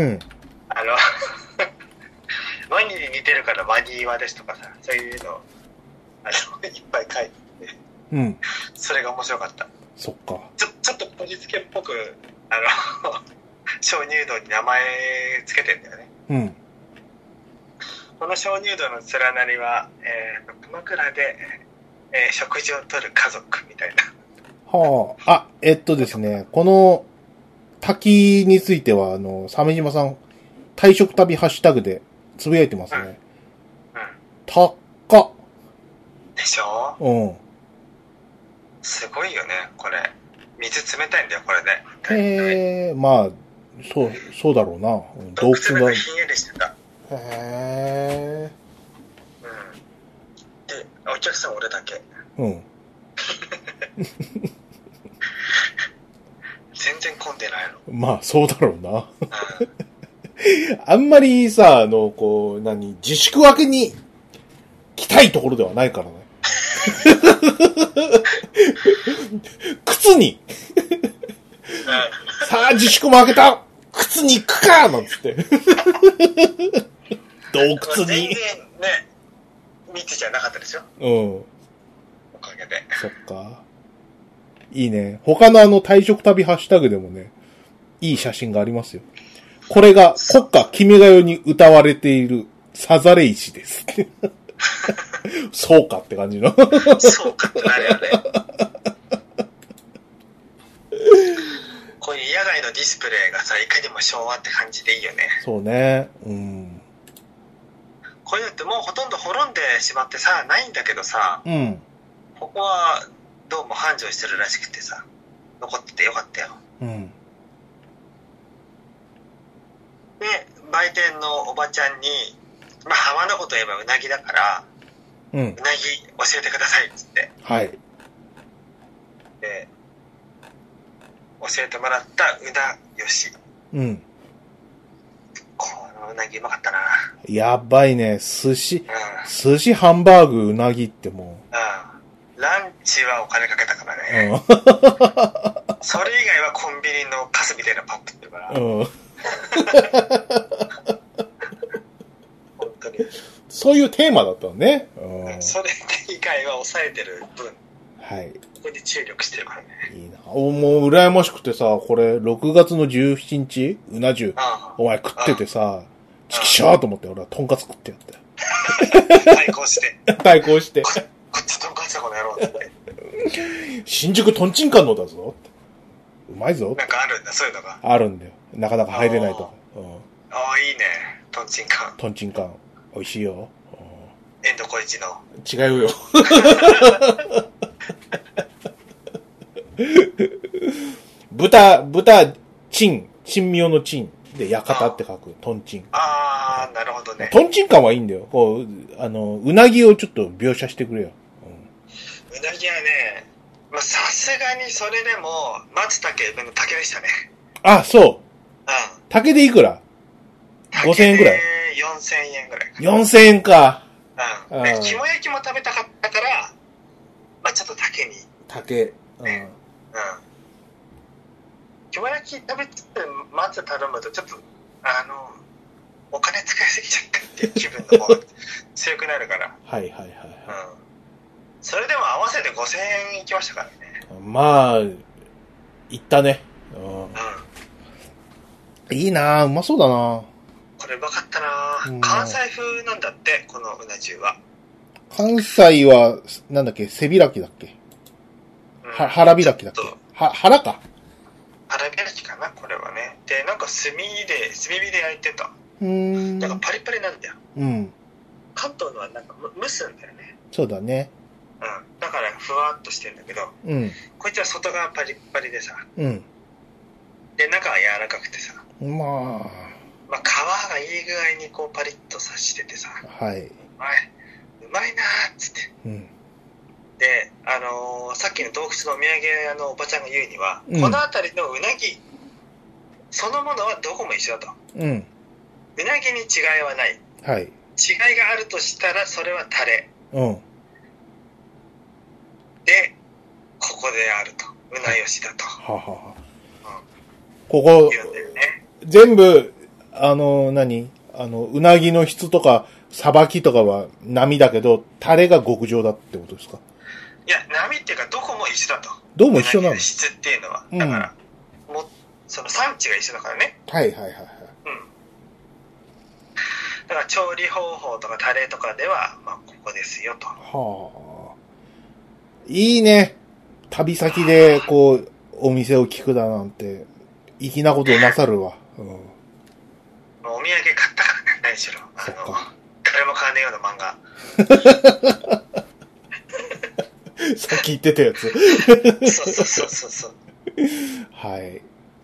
ワニに似てるからワニ岩ですとかさ、そういうのを、いっぱい書いてて、 うん。 それが面白かった。 そっか。 ちょっとこじつけっぽく、鍾乳洞に名前つけてんだよね。 うん。 この鍾乳洞の連なりは、鎌倉で、食事をとる家族みたいな。 はあ。ですね、この滝については、鮫島さん、退職旅ハッシュタグでつぶやいてますね。 うん。うん。 高っ。 でしょ？ うん。 すごいよね、これ。水冷たいんだよ、これで。 へえ、まあ、そうだろうな。洞窟だ。 ひんやりしてた。 へえ。 うん。で、お客さん俺だけ。 うん。 全然混んでないの。 まあ、そうだろうな。 うん。 あんまりさ、自粛明けに来たいところではないからね。靴に、さあ自粛も明けた靴に行くかなんつって。洞窟に。全然ね、密じゃなかったですよ。 うん。 おかげで。 そっか。いいね。他の退職旅ハッシュタグでもね、いい写真がありますよ。これが国歌君が代に歌われているさざれ石です。そうかって感じの。 そうかってなるよね。こういう野外のディスプレイがさ、いかにも昭和って感じでいいよね。 そうね。うん。 こういうのってもうほとんど滅んでしまってさ、ないんだけどさ、 うん。 ここはどうも繁盛してるらしくてさ、残っててよかったよ。 うん。 で、売店のおばちゃんに、まあ浜名湖といえばうなぎだから、 うん。 うなぎ教えてくださいっつって。 はい。 で、教えてもらったうなよし。 うん。 このうなぎうまかったな。 やばいね。寿司、 うん。 寿司、ハンバーグ、うなぎってもうん。ランチはお金かけたからう。 ね。それ以外はコンビニのカスみたいなパックってるから。 うん。うん。 本当に。 そういうテーマだったのね。うん。 それ以外は抑えてる分。 はい。 ここに注力してるからね。 いいな。もう羨ましくてさ、これ、6月の17日うな重。お前食っててさ、チキシャーと思って、俺はトンカツ食ってやったよ。 対抗して。 対抗して。 こっちトンカツだこの野郎って。 新宿トンチンカンのだぞ。うまいぞ。 なんかあるんだ、そういうのが。 あるんだよ。なかなか入れないとこ。 ああ、いいね。トンチンカン。 トンチンカン。美味しいよ。 エンドコイチの。 違うよ。豚、チンミョのチンで、館って書く、トンチン。 ああ、なるほどね。 トンチンカンはいいんだよ。こう、うなぎをちょっと描写してくれよ。 うなぎはね、まあ、さすがにそれでも、松茸の竹でしたね。 あ、そう。 うん。 竹でいくら ?5000 円ぐらい ?4000 円ぐらいか。 4000円か。 うん。で、肝焼きも食べたかったから、まあちょっと竹に。 竹。うん。 うん。肝焼き食べつつ松頼むとちょっと、お金使いすぎちゃったっていう気分の方が強くなるから。 はいはいはい。 うん。それでも合わせて5000円いきましたからね。 まあ、いったね。うん。 うん。 いいなぁ、うまそうだな。 これうまかったなぁ。関西風なんだって、このうな重は。 関西は、なんだっけ、背開きだっけ、腹開きだっけ腹か。 腹開きかな、これはね。で、なんか炭火で焼いてた。なんかパリパリなんだよ。 うん。 関東のはなんか蒸すんだよね。 そうだね。 うん。だからふわっとしてんだけど、 うん。 こいつは外側パリッパリでさ。 うん。 で、中は柔らかくてさ。まあ皮がいい具合にこうパリッとさしててさ。 はい。 うまいなーっつって。 うん。 で、さっきの洞窟のお土産屋のおばちゃんが言うには、この辺りのうなぎそのものはどこも一緒だと。 うん。 うなぎに違いはない。 はい。 違いがあるとしたら、それはタレ。 うん。 で、ここであると。うなよしだと。 ははは。 うん。 ここ、 言うんだよね。 全部、うなぎの質とか、さばきとかは波だけど、タレが極上だってことですか？ いや、波っていうか、どこも一緒だと。 どうも一緒なの？ うなぎの質っていうのは。だから、その産地が一緒だからね。 はいはいはいはい。 うん。だから、調理方法とかタレとかでは、まあ、ここですよと。 はあ。いいね。旅先で、こう、お店を聞くだなんて、粋なことをなさるわ。うん。 お土産買ったからね、何しろ。誰も買わねえような漫画。 さっき言ってたやつ。 そう。 はい。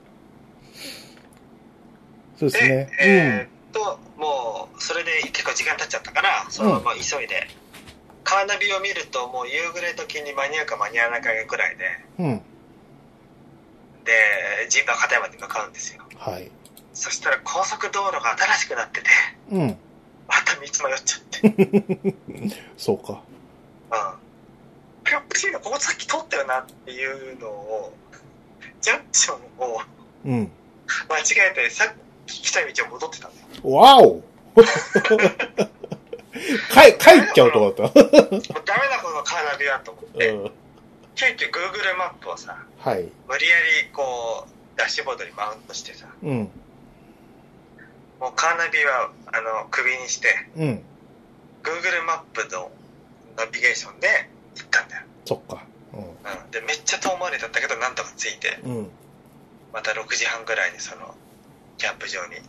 そうですね。 もう、それで結構時間経っちゃったから、そのまま急いで、カーナビを見ると、もう夕暮れ時に間に合うか間に合わないかくらいで、 うん。 で、陣馬片山に向かうんですよ。 はい。 そしたら高速道路が新しくなってて、 うん。 また道迷っちゃって。 そうか。 うん。ピョップシーがここさっき通ったよなっていうのを、ジャンクションを、 うん。 間違えて、さっき来た道を戻ってたんだよ。 わお帰っちゃうとこだった。 もうダメだこのカーナビはと思って、急遽 Google マップをさ、 はい。 無理やりこう、ダッシュボードにマウントしてさ、 うん。 もうカーナビは、首にして、 うん。 Google マップのナビゲーションで行ったんだよ。 そっか。 うん。で、めっちゃ遠回りだったけど、なんとか着いて、 うん。 また6時半ぐらいにその、キャンプ場に。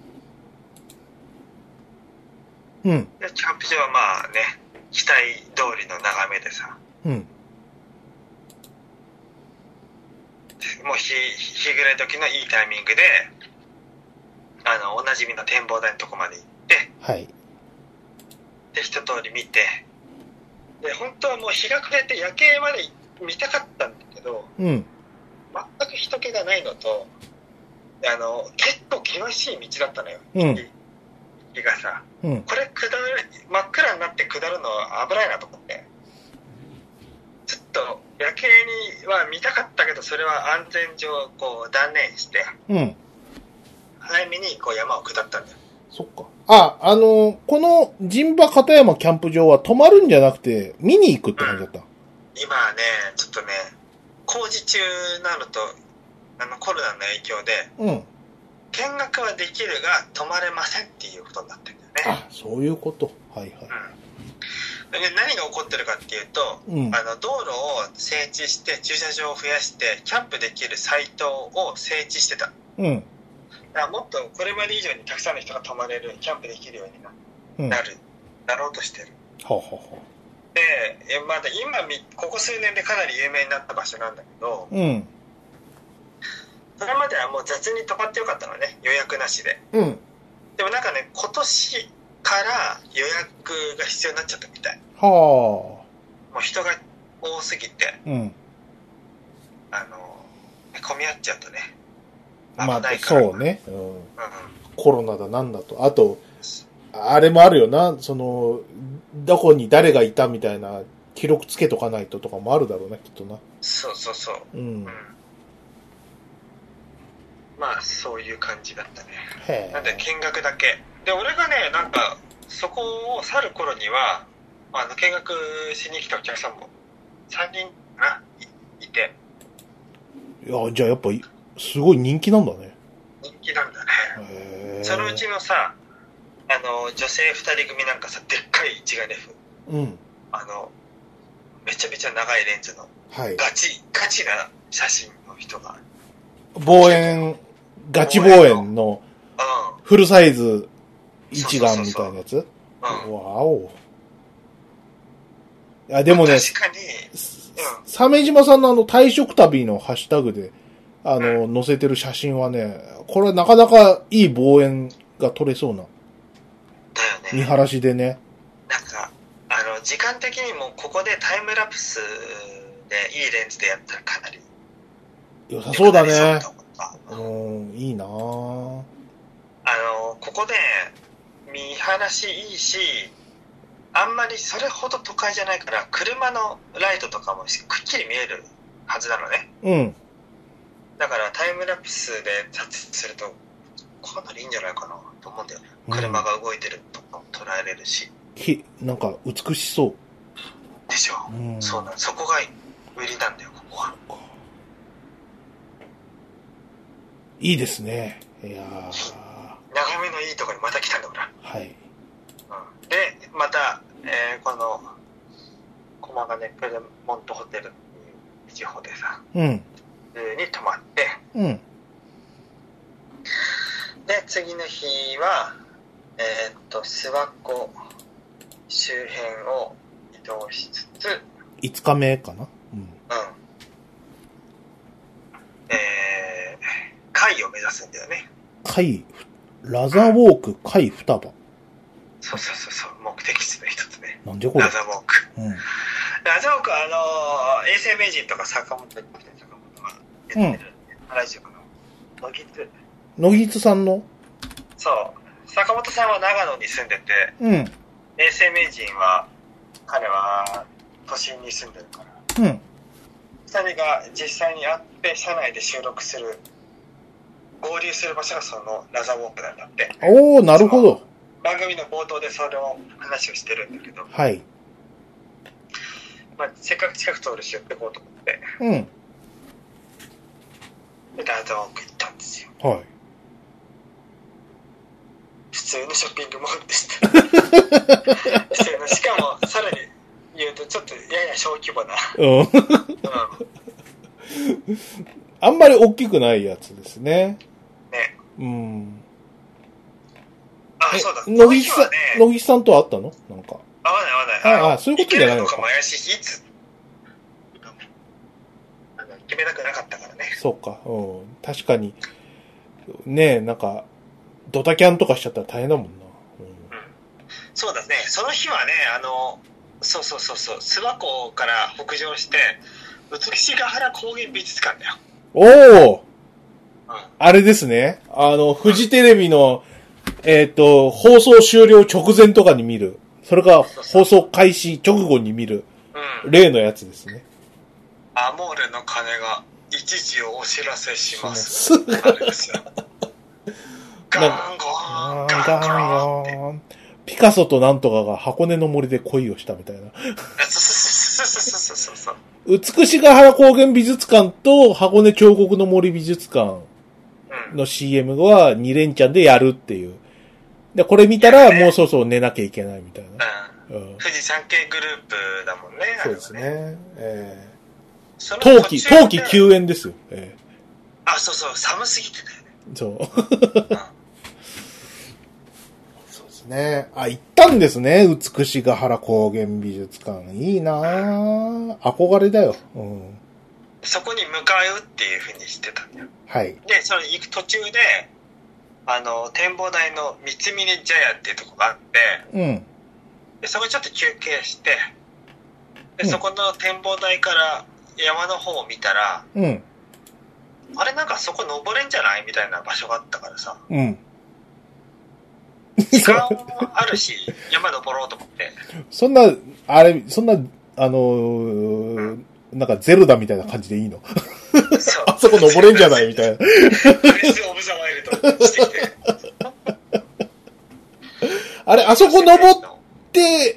うん。 で、キャンプ場はまあね、期待通りの眺めでさ、 うん。 もう日暮れ時のいいタイミングで、おなじみの展望台のとこまで行って、 はい。 で、一通り見て、で、本当はもう日が暮れて夜景まで見たかったんだけど、 うん。 全く人気がないのと、結構険しい道だったのよ。 うん。 日がさ、 うん。 これ真っ暗になって下るのは危ないなと思って、ちょっと夜景には見たかったけど、それは安全上こう断念して、 うん。 早めにこう山を下ったんだよ。 そっか。この陣馬片山キャンプ場は泊まるんじゃなくて見に行くって感じだった。 今はね、ちょっとね、工事中なのと、コロナの影響で、 うん。 見学はできるが泊まれませんっていうことになってるんだよね。 あ、そういうこと。はいはい。 うん。で、何が起こってるかっていうと、 うん、 道路を整地して駐車場を増やしてキャンプできるサイトを整地してた。 うん。 だからもっとこれまで以上にたくさんの人が泊まれる、キャンプできるようになろうとしてる。 ははは。 で、まだここ数年でかなり有名になった場所なんだけど、 うん。 それまではもう雑に泊まってよかったのね、予約なしで。 うん。 でもなんかね、今年から予約が必要になっちゃったみたい。 はあ。 もう人が多すぎて、 うん。 混み合っちゃうとね、 まあ、 危ないから。 そうね。うん。コロナだなんだと。あと、あれもあるよな。どこに誰がいたみたいな記録つけとかないととかもあるだろうね、きっとな。 そうそうそう。 うん。 まあ、そういう感じだったね。 へえ。 なんで、見学だけ。で、俺がね、なんか、そこを去る頃には、見学しに来たお客さんも3人かな、いて。 いや、じゃあやっぱ、すごい人気なんだね。 人気なんだね。 へえ。 そのうちのさ、女性2人組なんかさ、でっかい一眼レフ。 うん。 めちゃめちゃ長いレンズの、 はい。 ガチな写真の人が。 ガチ望遠の、フルサイズ一眼みたいなやつ？わお。いや、でもね、 確かに、 鮫島さんの退職旅のハッシュタグで、載せてる写真はね、これなかなかいい望遠が撮れそうな。 だよね。 見晴らしでね。 なんか、時間的にもここでタイムラプスでいいレンズでやったらかなり良さそうだね。 いいなぁ。 ここで、見晴らしいいし、あんまりそれほど都会じゃないから、車のライトとかもくっきり見えるはずなのね。 うん。 だからタイムラプスで撮影すると、かなりいいんじゃないかなと思うんだよね。車が動いてるとかも捉えれるし。 なんか美しそう。 でしょ。そうなん、そこが売りなんだよ、ここは。 いいですね。いやー。 眺めのいいところにまた来たんだ、俺。 はい。 で、また、この、駒ヶ根プレモントホテルに地方でさ、 うん。 に泊まって、 うん。 で、次の日は、諏訪湖周辺を移動しつつ、 5日目かな。うん。 海を目指すんだよね。 ラザウォーク海双葉。 そう、目的地の一つね。 なんでこれ？ ラザウォーク。ラザウォークは永世名人とか坂本がやってる、原宿の野木津さんの？ そう。坂本さんは長野に住んでて、永世名人は、彼は都心に住んでるから、二人が実際に会って車内で収録する、合流する場所がそのラザウォークなんだって。 おー、なるほど。 番組の冒頭でそれを話をしてるんだけど、 はい。 まあ、せっかく近く通るし寄ってこうと思って、でラザウォーク行ったんですよ。 はい。 普通のショッピングモールでした。普通の、しかもさらに言うとちょっとやや小規模な。 あんまり大きくないやつですね。 ね。そうだ。 野木さんと会ったの？なんか。 会わない。 そういうことじゃないのか。 行けるのかも怪しいし、いつ決めたくなかったからね。 そうか。確かに。ねえ、なんか、ドタキャンとかしちゃったら大変だもんな。 そうだね。その日はね、そう、諏訪湖から北上して、美しが原高原美術館だよ。 おー、あれですね。フジテレビの、放送終了直前とかに見る。それか、放送開始直後に見る。例のやつですね。 アモーレの鐘が一時をお知らせします。あれですよ。ガンゴン。 ピカソとなんとかが箱根の森で恋をしたみたいな。 そう。 美しが原高原美術館と箱根彫刻の森美術館の CM は2連チャンでやるっていう。で、これ見たらもうそろそろ寝なきゃいけないみたいな。 富士山系グループだもんね。 そうですね。冬季休園ですよ。 そう、寒すぎてだよね。 そう。そうですね。行ったんですね。美しが原高原美術館。いいなぁ。憧れだよ。 そこに向かうっていう風にしてたんだよ。 はい。 で、その行く途中で、展望台の三峯茶屋っていうとこがあって、でそこにちょっと休憩して、で、そこの展望台から山の方を見たら、あれなんかそこ登れんじゃないみたいな場所があったからさ。時間もあるし、山登ろうと思って。 なんかゼルダみたいな感じでいいの？あそこ登れんじゃないみたいな。 プレスオブザワイルドしてきて。 あれ、あそこ登って、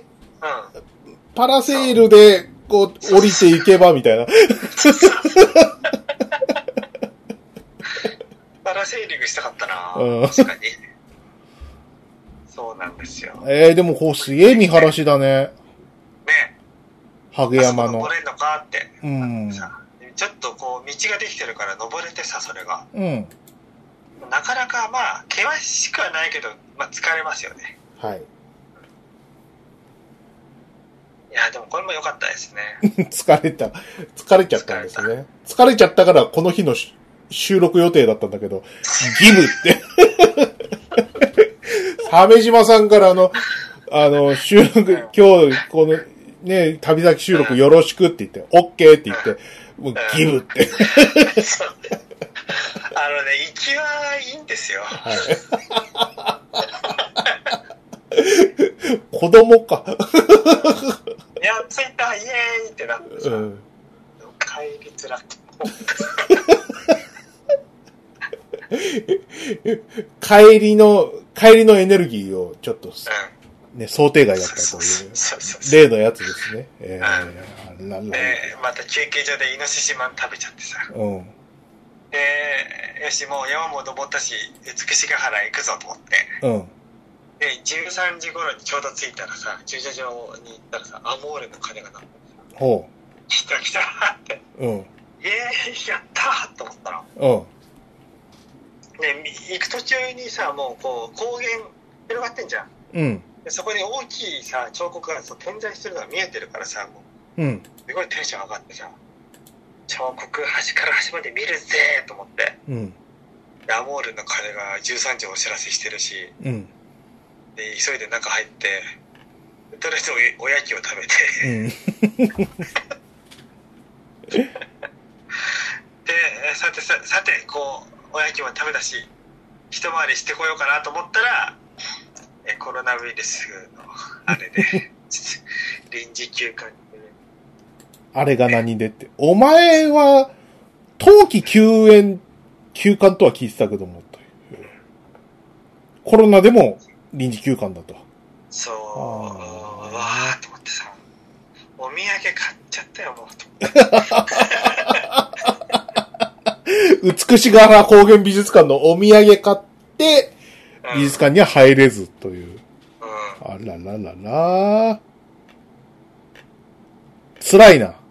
パラセールで、こう、降りていけば、みたいな。 パラセーリングしたかったな、確かに。そうなんですよ。 でも、こう、すげえ見晴らしだね。 ね。 ハゲ山の。 登れんのかって。ちょっとこう、道ができてるから登れてさ、それが。なかなか、まあ、険しくはないけど、まあ、疲れますよね。 はい。 いや、でもこれも良かったですね。 疲れちゃったんですね。疲れちゃったから、この日の収録予定だったんだけど、ギブって。鮫島さんから収録、今日、この、ね、旅先収録よろしくって言って、オッケーって言って、もうギブって。 行きはいいんですよ。 はい。子供か。 いや、着いた、イエーイってなってさ、帰りづらくて。 帰りのエネルギーをちょっと、ね、想定外だったという例のやつですね。 また休憩所でイノシシマン食べちゃってさ。で、よし、もう山も登ったし、美しが原行くぞと思って。で、13時頃にちょうど着いたらさ、駐車場に行ったらさ、アモーレの鐘が鳴ってさ、来た来たって。イエーイ、やったーと思ったの。で、行く途中にさ、もうこう、高原広がってんじゃん。でそこに大きいさ、彫刻が点在してるのが見えてるからさ、もう、すごいテンション上がってさ、彫刻端から端まで見るぜーと思って、アモールの鐘が13時お知らせしてるし、で急いで中入って、とりあえずおやきを食べて、で、さてこうおやきも食べたし、一回りしてこようかなと思ったら、コロナウイルスのあれで臨時休館に、 あれが何でって、お前は冬季休館とは聞いてたけども、コロナでも臨時休館だと。 そう、わーと思ってさ、お土産買っちゃったよ、もう。 美しが原高原美術館のお土産買って、美術館には入れずという。あらららら。辛いな。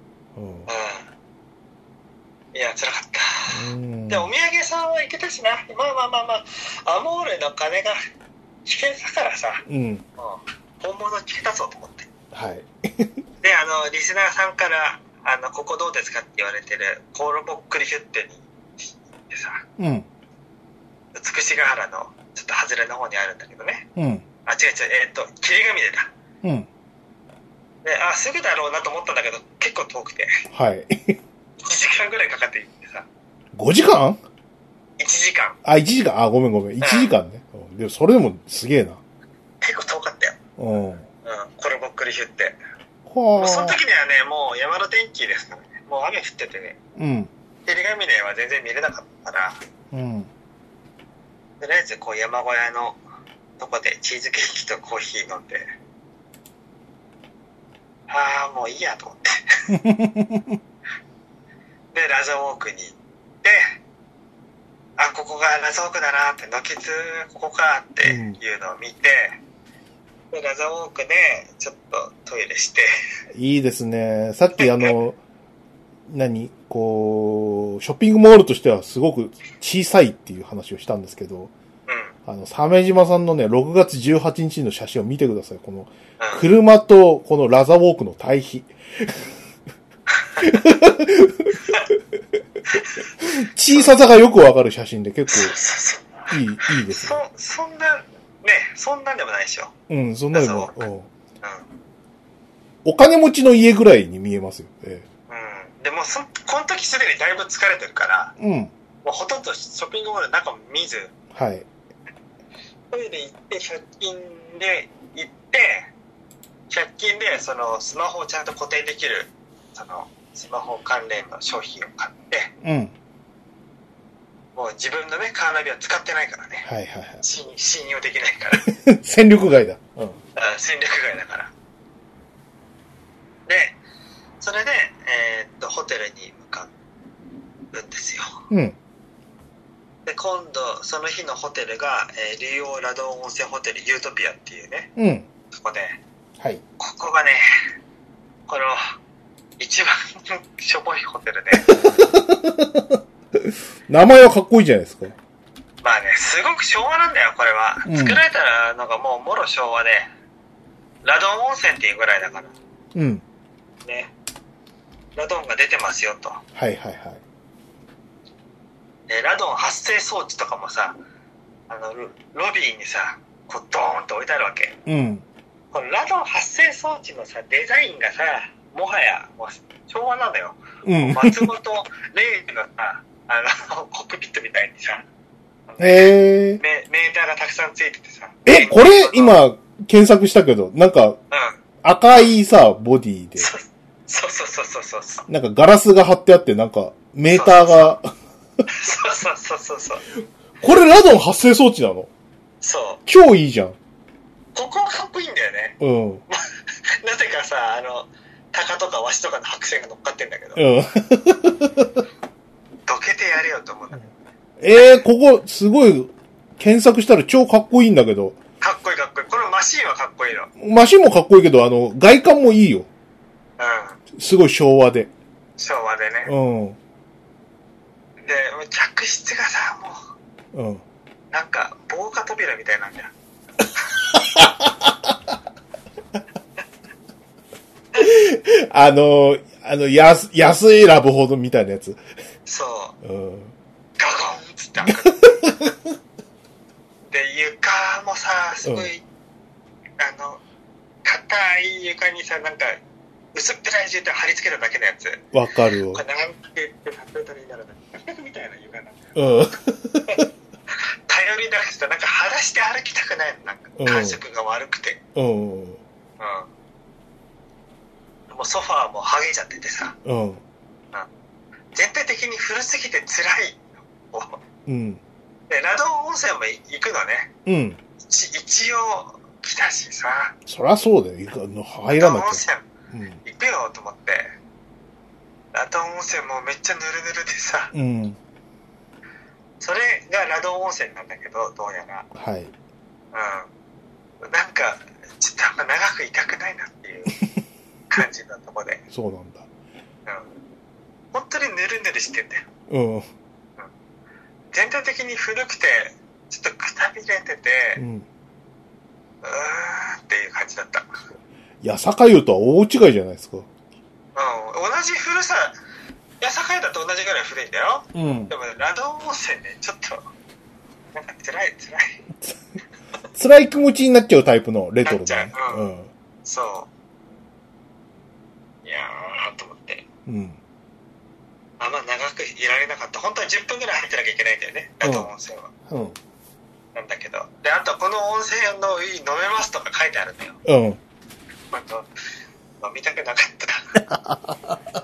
いや、辛かった。で、お土産さんは行けたしな。まあ、アモーレの鐘が危険だからさ、本物聞けたぞと思って。 はい。 で、リスナーさんから、ここどうですかって言われてる、コールボックリヒュッテに行ってさ、美しが原のちょっと外れの方にあるんだけどね。違う、霧ヶ峰だ。で、すぐだろうなと思ったんだけど、結構遠くて。 はい。 1時間ぐらいかかって行ってさ。 5時間 ?1 時間。 1時間。ごめん。1時間ね。でもそれでもすげえな。 結構遠かったよ。コルボックリヒュって。その時にはね、もう山の天気ですからね。もう雨降っててね。霧ヶ峰は全然見れなかったから。とりあえずこう山小屋のとこでチーズケーキとコーヒー飲んで、もういいやと思って。で、ラザウォークに行って、ここがラザウォークだなって、のきつここかっていうのを見て、でラザウォークでちょっとトイレして。 いいですね。さっきショッピングモールとしてはすごく小さいっていう話をしたんですけど、鮫島さんのね、6月18日の写真を見てください。この、車とこのラザウォークの対比。小ささがよくわかる写真で結構いいですね。 そんなんでもないでしょ。 そんなでも、お金持ちの家ぐらいに見えますよ。 でもこの時すでにだいぶ疲れてるから、もうほとんどショッピングモールの中も見ず、 はい。 トイレ行って100均で行って100均でそのスマホをちゃんと固定できるそのスマホ関連の商品を買って、もう自分のねカーナビは使ってないからね、信用できないから戦力外だ、 戦力外だから。でそれでホテルに向かうんですよ。で今度その日のホテルが、竜王ラド温泉ホテルユートピアっていうね、そこで、ここがねこの一番しょぼいホテルで名前はかっこいいじゃないですか。 まあね、すごく昭和なんだよこれは、作られたのがもうもろ昭和で、ラドン温泉っていうぐらいだからね、ラドンが出てますよと。ラドン発生装置とかもさ、ロビーにさこうドーンと置いてあるわけ。このラドン発生装置のさデザインがさもはやもう昭和なんだよ。松本零士のさコックピットみたいにさ、 へー。 メーターがたくさんついててさ。 これ今、検索したけど、なんか、 うん。 赤いさ、ボディで。 そう。 なんかガラスが貼ってあって、なんか、メーターが。 そう。 これラドン発生装置なの？ そう。 超いいじゃん。 ここがかっこいいんだよね。 うん。 なぜかさ、鷹とかワシとかの白線が乗っかってんだけど。 うん。 どけてやれよと思うんだけど。 ここ、すごい、検索したら超かっこいいんだけど。 かっこいい。このマシンはかっこいいの。 マシンもかっこいいけど、外観もいいよ。 うん。 すごい昭和で。 昭和でね。 うん。 で、客室がさ、もう。 うん。 なんか、防火扉みたいなんだよ。 安いラブホードみたいなやつ。 そう。 うん。 ガコンっつって開く。で、床もさ、すごい、硬い床にさ、なんか、薄っぺらい絨毯貼り付けただけのやつ。 わかるよ。 これ何て言って例えたらいいんだろうな。みたいな床なんだよ。 うん。 頼りなくてさ、なんか裸足で歩きたくないの。なんか、感触が悪くて。 うん。 もうソファーも剥げちゃっててさ。 うん。 全体的に古すぎて辛い。 うん。 で、ラドン温泉も行くのね。 うん。 一応来たしさ。 そりゃそうだよ。入らなきゃ。 ラドン温泉行くよと思って。ラドン温泉もめっちゃヌルヌルでさ。 うん。 それがラドン温泉なんだけど、どうやら。 はい。 なんか、ちょっとあんま長くいたくないなっていう感じのとこで。 そうなんだ。 本当にヌルヌルしてんだよ。全体的に古くて、ちょっとくたびれてて、っていう感じだった。 八坂湯とは大違いじゃないですか。 同じ古さ、八坂湯だと同じぐらい古いんだよ。でもね、ラドン温泉ね、ちょっと、なんか辛い。 辛い気持ちになっちゃうタイプのレトロだね。 そう。いやー、と思って。あんま長くいられなかった。本当は10分ぐらい入ってなきゃいけないんだよね、ラドン温泉は。なんだけど。で、あとこの温泉の湯飲めますとか書いてあるんだよ。飲みたくなかった。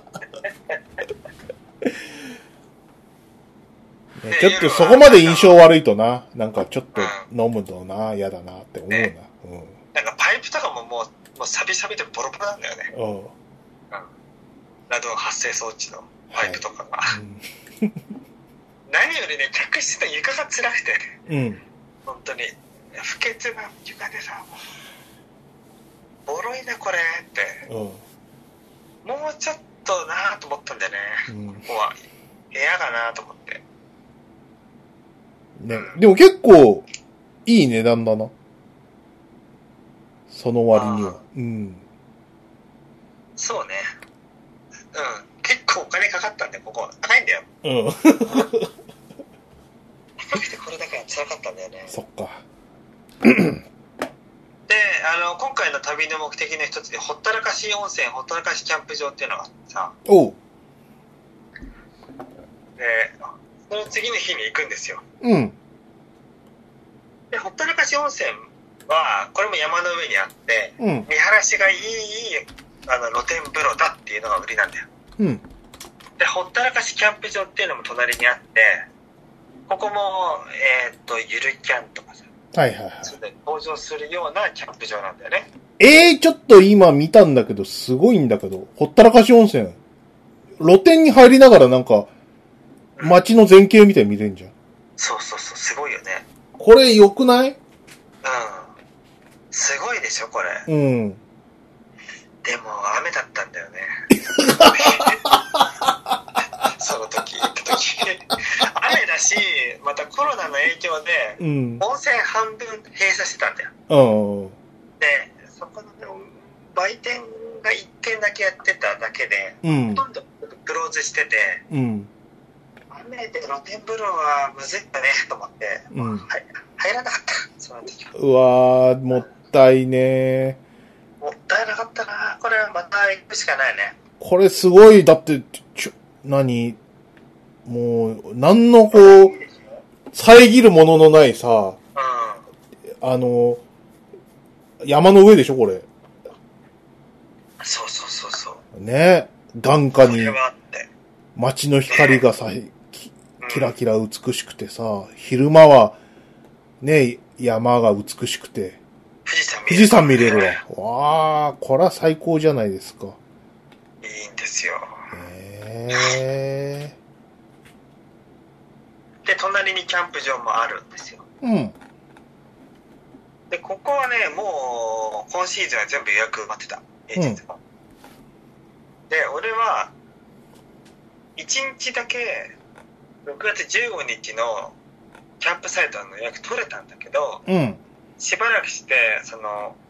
ちょっとそこまで印象悪いとな、なんかちょっと飲むのな、嫌だなって思うな。 なんかパイプとかももうサビサビでボロボロなんだよね。ラドン発生装置のパイプとかが。何よりね、客室の床が辛くて、本当に不潔な床でさ、ボロいなこれって、もうちょっとなと思ったんだよね。ここは部屋がなと思って。 でも結構いい値段だな。その割には。 そうね。結構お金かかったんで、ここ。高いんだよ。高くてこれだから辛かったんだよね。 そっか。 で、今回の旅の目的の一つで、ほったらかし温泉、ほったらかしキャンプ場っていうのがあってさ。で、その次の日に行くんですよ。で、ほったらかし温泉は、これも山の上にあって、見晴らしがいい、露天風呂だっていうのが売りなんだよ。で、ほったらかしキャンプ場っていうのも隣にあって、ここも、ゆるキャンとかさ、それで登場するようなキャンプ場なんだよね。 ちょっと今見たんだけど、すごいんだけど、ほったらかし温泉。露天に入りながらなんか、街の全景みたいに見れんじゃん。 そう、すごいよね。 これ良くない？ すごいでしょ、これ。でも、雨だったんだよね。その時、行った時。雨だし、またコロナの影響で、温泉半分閉鎖してたんだよ。で、そこの売店が1店だけやってただけで、ほとんどクローズしてて、雨で露天風呂はむずいんだね、と思って、入らなかった、その時は。 うわー、もったいねー。もったいなかったな。これはまた行くしかないね。 これすごい、だって、 もう、なんの遮るもののないさ、山の上でしょ、これ。 そうそうそうそう。 ね。眼下にこれはあって。 街の光がさ、キラキラ美しくてさ、昼間は、ね、山が美しくて。富士山見れるわ。わあ、これは最高じゃないですか。 いいんですよ。 で、 隣にキャンプ場もあるんですよ。 うん。 で、ここはね、もう、今シーズンは全部予約埋まってた。平日も。で、俺は、1日だけ、6月15日のキャンプサイトの予約取れたんだけど、 うん。 しばらくして、梅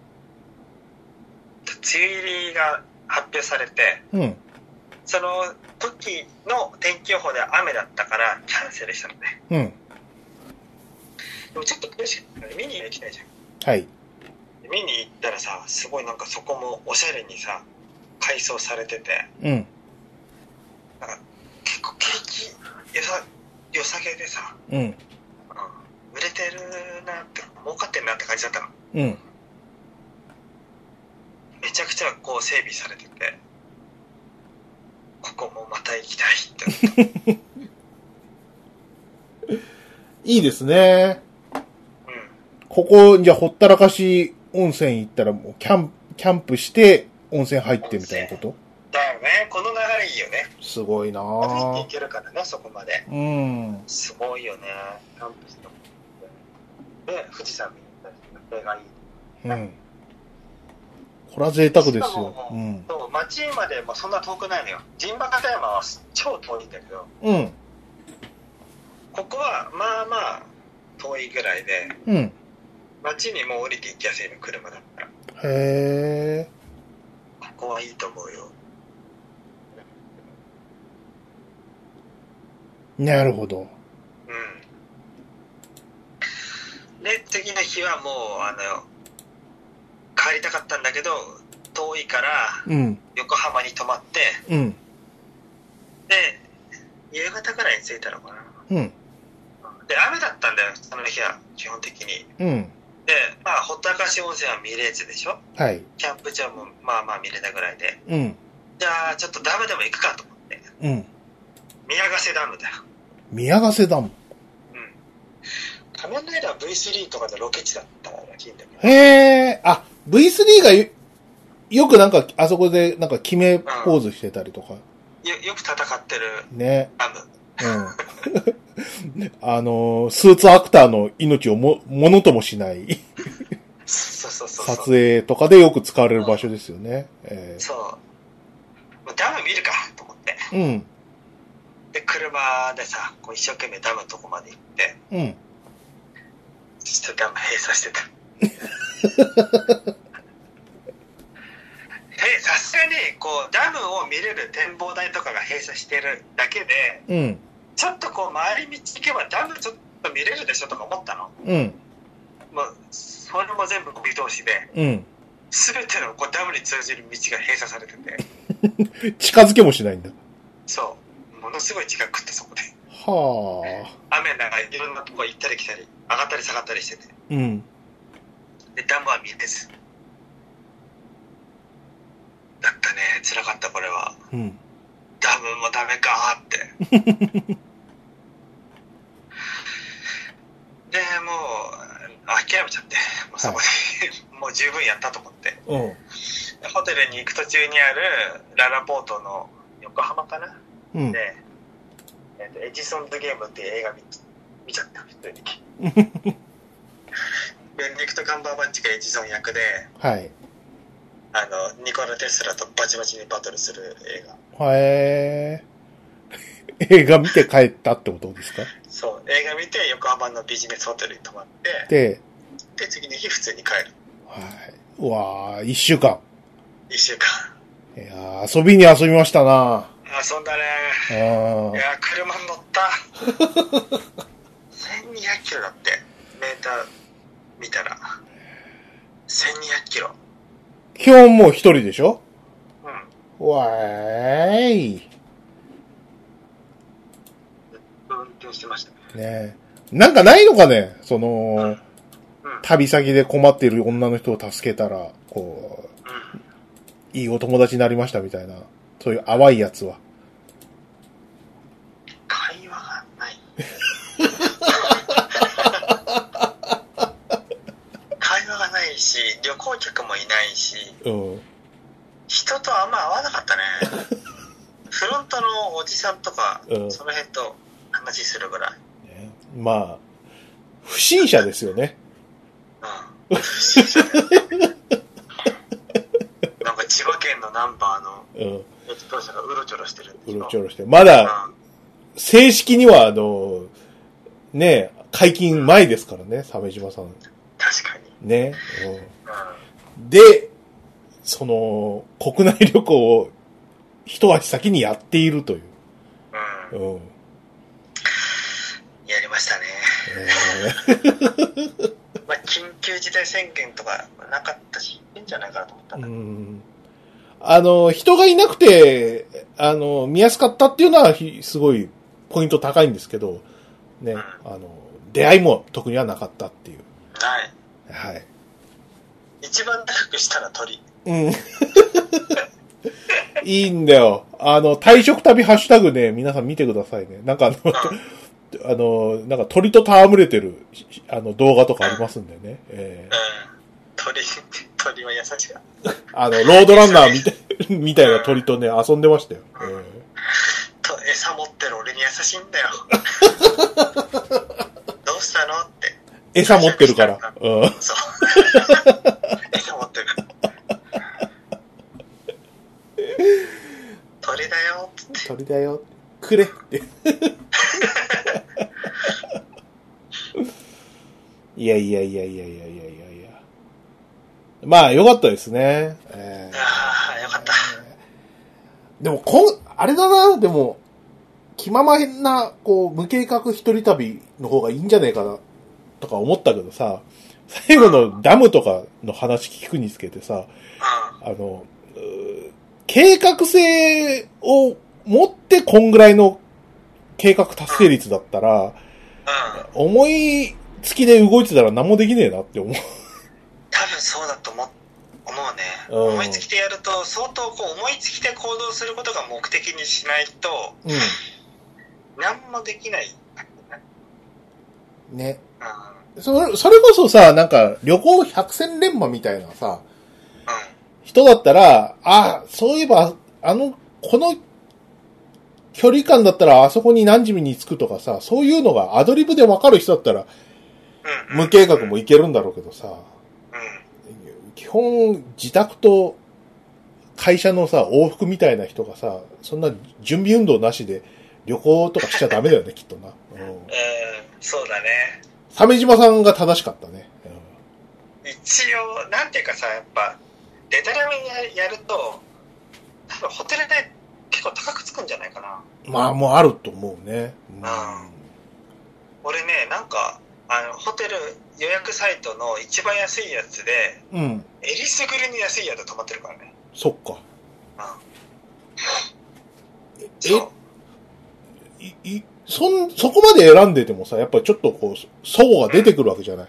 雨入りが発表されて、 うん。 その時の天気予報で雨だったからキャンセルしたのね。 うん。 でもちょっと苦しかったから見に行きたいじゃん。 はい。 見に行ったらさ、すごいなんかそこもおしゃれにさ、改装されてて、 うん。 なんか結構景気良さげでさ、 うん。 売れてるなって、儲かってるなって感じだったの。 うん。 めちゃくちゃこう整備されてて、ここもまた行きたいって。 いいですね。 うん。 ここ、じゃあほったらかし温泉行ったらもうキャンプして温泉入ってみたいなこと？ だよね。この流れいいよね。 すごいな歩いてぁ。 行けるからね、そこまで。 うん。 すごいよね。キャンプしても。で、富士山見に行ったりして、それがいい。 うん。これは贅沢ですよ。 うん。そう、町までもそんな遠くないのよ。陣馬形山は超遠いんだけど、 うん。 ここはまあまあ遠いぐらいで、 うん。 町にもう降りて行きやすいの、車だったら。 へここはいいと思うよ。 なるほど。 うん。で、次の日はもう、帰りたかったんだけど、遠いから、横浜に泊まって、 うん。 で、夕方ぐらいに着いたのかな。 うん。 で、雨だったんだよ、その日は、基本的に。 うん。 で、まあ、ほったらかし温泉は見れずでしょ。 はい。 キャンプ場もまあまあ見れたぐらいで。 うん。 じゃあ、ちょっとダムでも行くかと思って。 うん。 宮ヶ瀬ダムだよ。 宮ヶ瀬ダム。 うん。仮面ライダー V3 とかでロケ地だったらしいんだけど。 へー。あ、V3 がよくなんか、あそこでなんか決めポーズしてたりとか。 よく戦ってるね。 ダム。 うん。スーツアクターの命をものともしないそう撮影とかでよく使われる場所ですよね。 そう。もうダム見るかと思って。 うん。 で、車でさ、こう一生懸命ダムのとこまで行って、 うん。 ちょっとダム閉鎖してた。さすがに、こう、ダムを見れる展望台とかが閉鎖してるだけで、 うん。 ちょっとこう、回り道行けばダムちょっと見れるでしょとか思ったの。 うん。 もう、それも全部見通しで、 うん。 すべてのこうダムに通じる道が閉鎖されてて。 近づけもしないんだ。 そう。ものすごい近くってそこで。 はあ。雨の中いろんなとこ行ったり来たり、上がったり下がったりしてて。 うん。 で、ダムは見れず。だったね。辛かった、これは。 うん。 ダムもダメかーって。で、もう、諦めちゃって、もうそこで、はい、もう十分やったと思って。 うん。 ホテルに行く途中にあるララポートの横浜かな、 うん、 で、エジソンズゲームっていう映画見ちゃった、普通に。ベネディクト・カンバーバッチがエジソン役で、 はい。 ニコラ・テスラとバチバチにバトルする映画。 へー。映画見て帰ったってことですか？ そう、映画見て横浜のビジネスホテルに泊まって、で、次の日普通に帰る。 はい。うわー、1週間。 1週間。 いやー、遊びに遊びましたな。 遊んだね。いや、車に乗った。1200キロだって、メーター見たら。1200キロ。 基本もう一人でしょ？ うん。 わーい。 にしてましたね。ねえ。なんかないのかね、 うん旅先で困っている女の人を助けたら、こう、いいお友達になりましたみたいな、そういう淡いやつは。 会話がない。会話がないし、旅行客もいないし、人とあんま会わなかったね。フロントのおじさんとか、その辺と話するぐらい。 ね、まあ、不審者ですよね。 不審者だよね。なんか千葉県のナンバーの自動車がうろちょろしてるんでしょ。 うろちょろして。まだ、正式にはね、解禁前ですからね、鮫島さん。 確かに。 ね。で、国内旅行を一足先にやっているという。 やりましたね。まあ、緊急事態宣言とかなかったし、いいんじゃないかなと思ったんだ。 人がいなくて、見やすかったっていうのは、すごい、ポイント高いんですけど、ね、出会いも特にはなかったっていう。 はい。 はい。 一番長くしたら鳥。 いいんだよ。退職旅ハッシュタグね、皆さん見てくださいね。なんかなんか鳥と戯れてる、動画とかありますんでね。 鳥は優しい。 ロードランナーみたいな鳥とね、遊んでましたよ。 餌持ってる俺に優しいんだよ。どうしたのって。 餌持ってるから。 そう。餌持ってる。鳥だよって。 鳥だよ。くれって。いや。まあ、よかったですね。 ああ、よかった。 でも、あれだな、でも、気ままな、無計画一人旅の方がいいんじゃねえかな、とか思ったけどさ、最後のダムとかの話聞くにつけてさ、計画性を持ってこんぐらいの計画達成率だったら、思いつきで動いてたら何もできねえなって思う。 多分そうだと思うね。思いつきでやると、相当思いつきで行動することが目的にしないと、何もできない。 ね。それこそさ、なんか旅行百戦錬磨みたいなさ、人だったら、そういえば、この距離感だったらあそこに何時に着くとかさ、そういうのがアドリブで分かる人だったら、無計画もいけるんだろうけどさ、基本自宅と会社のさ、往復みたいな人がさ、そんな準備運動なしで旅行とかしちゃダメだよね、きっとな。 そうだね。 鮫島さんが正しかったね。 一応、なんていうかさ、やっぱ、デタラメやると、多分ホテル代結構高くつくんじゃないかな。 まあ、もうあると思うね。 俺ね、なんか、ホテル予約サイトの一番安いやつで、えりすぐりに安いやつ泊まってるからね。 そっか。そこまで選んでてもさ、やっぱりちょっと齟齬が出てくるわけじゃない。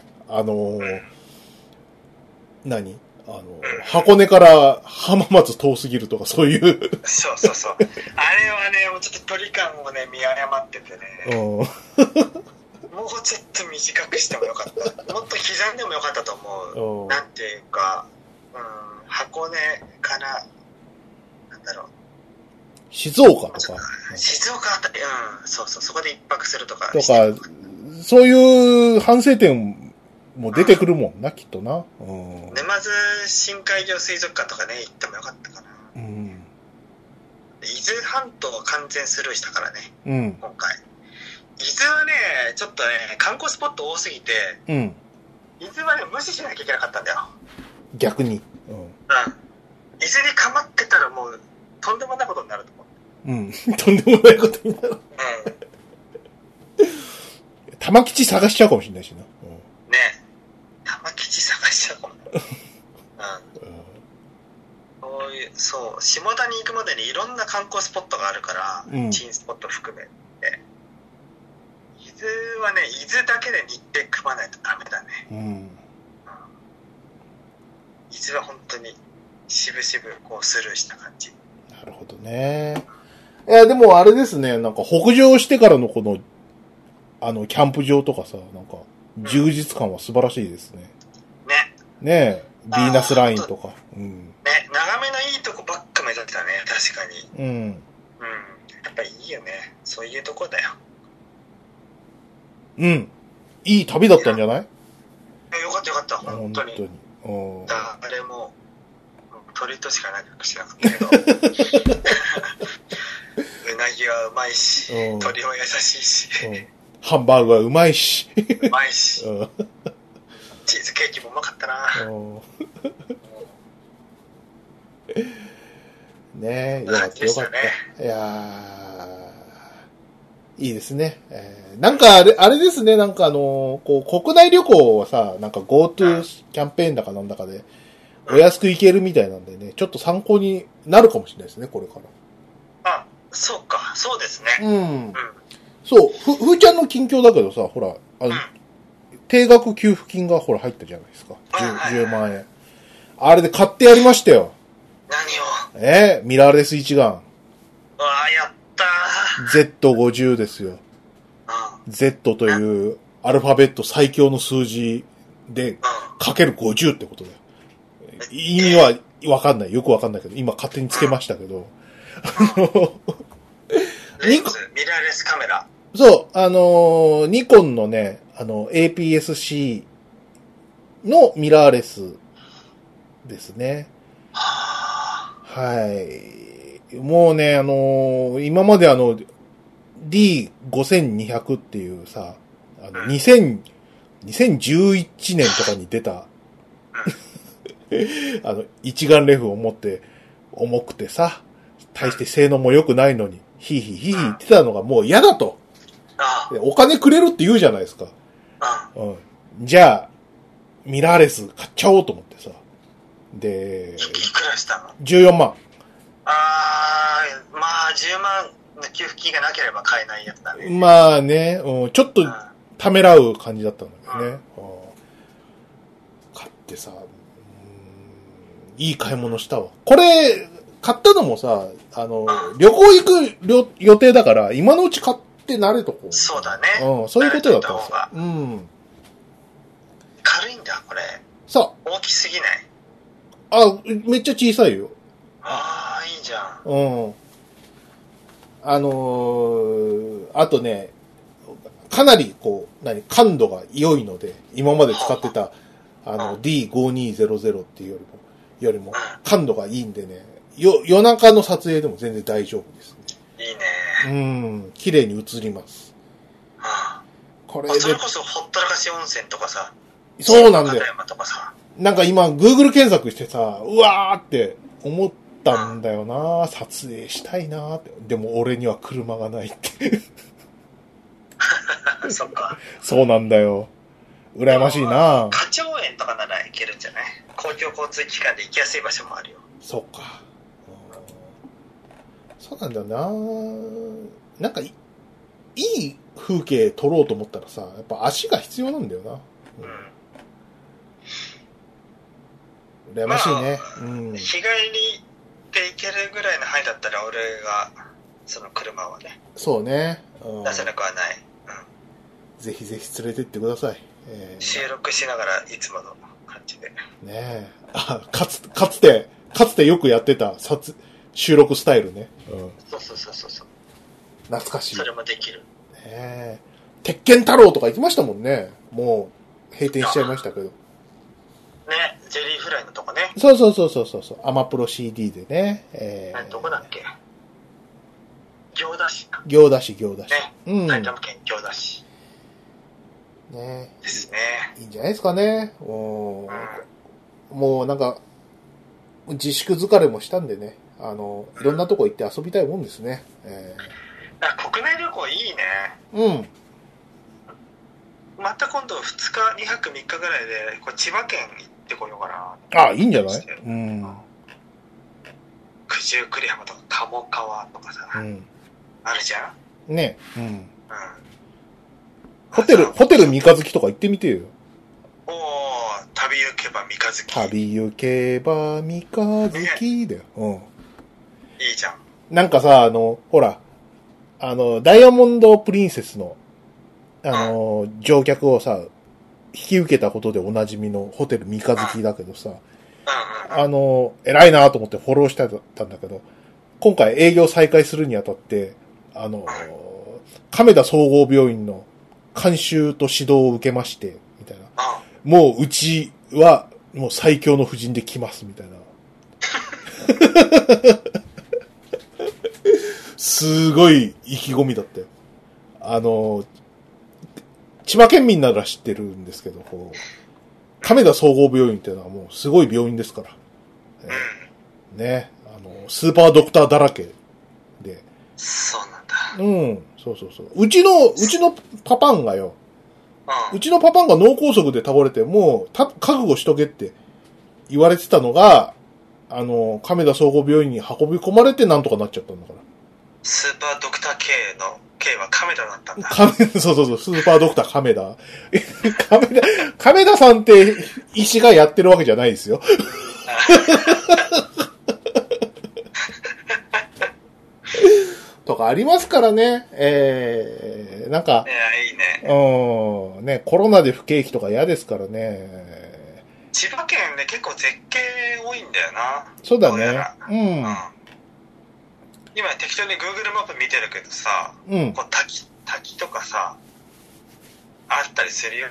箱根から浜松遠すぎるとかそういう。 そう。あれはね、もうちょっと距離感をね、見誤っててね。もうちょっと短くしてもよかった。もっと刻んでもよかったと思う。なんていうか、箱根から、なんだろう。 静岡とか。 静岡あたり、そう、そこで一泊するとか。 そういう反省点も出てくるもんな、きっとな。 沼津深海魚水族館とかね、行ってもよかったかな。伊豆半島は完全スルーしたからね、今回。伊豆はね、ちょっとね、観光スポット多すぎて、伊豆はね、無視しなきゃいけなかったんだよ。 逆に。 伊豆にかまってたらもう、とんでもないことになると思う。 とんでもないことになる。玉吉探しちゃうかもしれないしな。 ね。玉吉探しちゃうかも。そう、下田に行くまでにいろんな観光スポットがあるから、チンスポット含めて。伊はね、伊豆だけで日程組まないとダメだね。 うん。 伊豆は本当に渋々こうスルーした感じ。 なるほどね。いや、でもあれですね、なんか北上してからのこの、キャンプ場とかさ、なんか、充実感は素晴らしいですね。 ね。 ねえ、ビーナスラインとか。うん。 ね、眺めのいいとこばっか目指ってたね、確かに。 うん。 うん。やっぱりいいよね。そういうとこだよ。 うん。いい旅だったんじゃない？ よかったよかった、本当に。 本当に。 誰も、鳥としか仲良くしなかったけど。うなぎはうまいし、鳥は優しいし。 ハンバーグはうまいし。 うまいし。チーズケーキもうまかったな。 ねえ、よかったよかった。いやー、いいですね。なんかあれですね、なんかこう、国内旅行はさ、なんか GoTo キャンペーンだかなんだかで、お安く行けるみたいなんでね、ちょっと参考になるかもしれないですね、これから。 あ、そうか、そうですね。 うん。そう、ふーちゃんの近況だけどさ、ほら、定額給付金がほら入ったじゃないですか。10万円。あれで買ってやりましたよ。 何を？ ミラーレス一眼。 わあ、やったー。Z50 ですよ。Z というアルファベット最強の数字で、かける50ってことだよ。意味はわかんない。よくわかんないけど、今勝手につけましたけど。 レンズ、ミラーレスカメラ。 そう、ニコンのね、APS-C のミラーレスですね。はい。もうね、今までD5200 っていうさ、2011年とかに出た、一眼レフを持って、重くてさ、大して性能も良くないのに、ヒーヒーヒーヒー言ってたのがもう嫌だと。お金くれるって言うじゃないですか。じゃあ、ミラーレス買っちゃおうと思ってさ。で、 いくらしたの？ 14万。 まあ、10万の給付金がなければ買えないやつだね。 まあね、ちょっとためらう感じだったんだけどね。買ってさ、いい買い物したわ。これ、買ったのもさ、旅行行く予定だから、今のうち買って慣れとこう。 そうだね。 そういうことだったんですよ。 軽いんだ、これ。 そう。 大きすぎない？ めっちゃ小さいよ。 いいじゃん。 あとね、かなり感度が良いので、今まで使ってた、D5200 っていうよりも、感度がいいんでね、夜中の撮影でも全然大丈夫ですね。いいね。綺麗に映ります。 これで。それこそほったらかし温泉とかさ。 そうなんだよ。なんか今、Google 検索してさ、うわーって思ったんだよな、撮影したいなって。でも俺には車がないって。 そっか。 そうなんだよ。羨ましいな。 花鳥園とかなら行けるんじゃない？公共交通機関で行きやすい場所もあるよ。 そうか。そうなんだよな。なんかいい風景撮ろうと思ったらさ、やっぱ足が必要なんだよな。羨ましいね。 日帰りで行けるぐらいの範囲だったら俺がその車はね。 そうね。 出せなくはない。 ぜひぜひ連れてってください。 収録しながらいつもの感じで。 ねかつてよくやってた収録スタイルね。 そう。 懐かしい。 それもできる。 鉄拳太郎とか行きましたもんね。もう閉店しちゃいましたけど。 ね、ジェリーフライのとこね。 そう。アマプロ CD でね。 どこだっけ？行田市。 ね。 埼玉県行田市。 ね。 ですね。 いいんじゃないですかね。もうなんか、自粛疲れもしたんでね。いろんなとこ行って遊びたいもんですね。 国内旅行いいね。また今度2日、2泊3日ぐらいで、千葉県行ってこようかな。 いいんじゃない？ 九十九里浜とか鴨川とかさ、あるじゃん。 ね。 ホテル三日月とか行ってみてよ。 おー、旅行けば三日月。 旅行けば三日月だよ。うん。 いいじゃん。 なんかさ、ほら、ダイヤモンドプリンセスの、乗客をさ、引き受けたことでおなじみのホテル三日月だけどさ、偉いなと思ってフォローしてたんだけど、今回営業再開するにあたって、亀田総合病院の監修と指導を受けまして、みたいな。もううちは、もう最強の夫人で来ます、みたいな。すごい意気込みだったよ。千葉県民なら知ってるんですけど、亀田総合病院っていうのはもうすごい病院ですから。ね。スーパードクターだらけで。 そうなんだ。 うん。そう。うちのパパンがよ。うちのパパンが脳梗塞で倒れて、もう、覚悟しとけって言われてたのが、亀田総合病院に運び込まれてなんとかなっちゃったんだから。 スーパードクター K の K は亀田だったんだ。 そう、スーパードクター亀田。亀田さんって医師がやってるわけじゃないですよ。とかありますからね。なんか、 いいね。 ね、コロナで不景気とか嫌ですからね。 千葉県ね、結構絶景多いんだよな。 そうだね。 今適当に Google マップ見てるけどさ、こう滝とかさ、あったりするよ。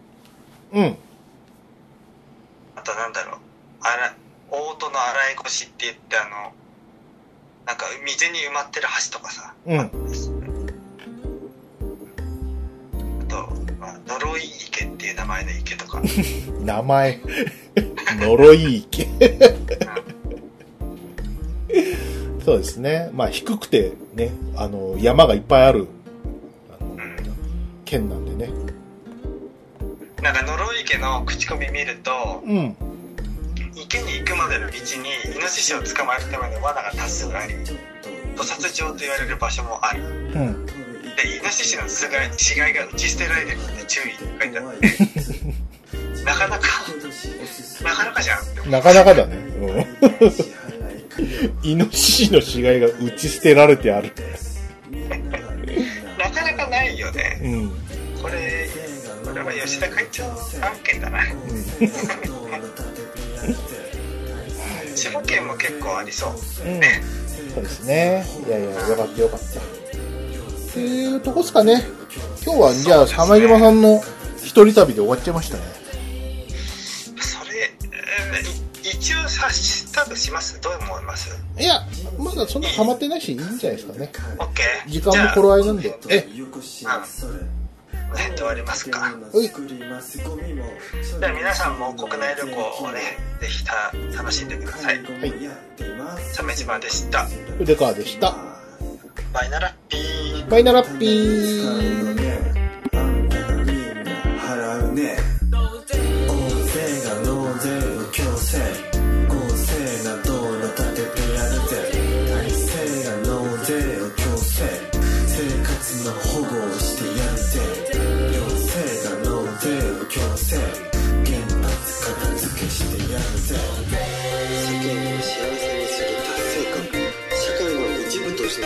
あとなんだろう、大戸の洗い越しって言ってなんか水に埋まってる橋とかさ。あと、呪い池っていう名前の池とか。 名前呪い池。そうですね。まあ低くてね、山がいっぱいある、県なんでね。 なんか呪い池の口コミ見ると、池に行くまでの道にイノシシを捕まえるための罠が多数あり、屠殺場と言われる場所もある。で、イノシシの死骸が打ち捨てられるので注意って書いてあって、なかなかじゃん。 なかなかだね。イノシシの死骸が打ち捨てられてある。 なかなかないよね。これは吉田会長案件だな。千葉県も結構ありそう。ね。 そうですね。いや、よかった。っていうとこですかね。今日はじゃあ、鮫島さんの一人旅で終わっちゃいましたね。 それ、一応ハッシュタグします？どう思います？ いや、まだそんなハマってないし、いいんじゃないですかね。 オッケー。 時間も頃合いなんで。 終わりますか。じゃあ皆さんも国内旅行をね、ぜひ楽しんでください。鮫島でした。 筆川でした。 バイナラッピー。 バイナラッピー。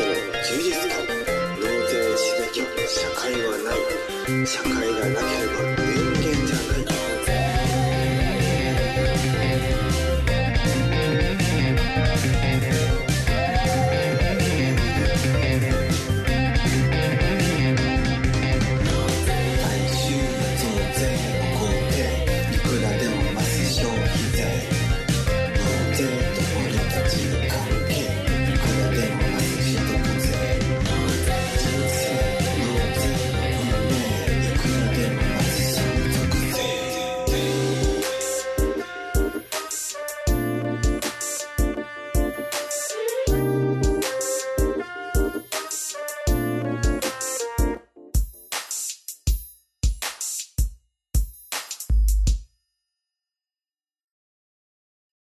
社会がなければ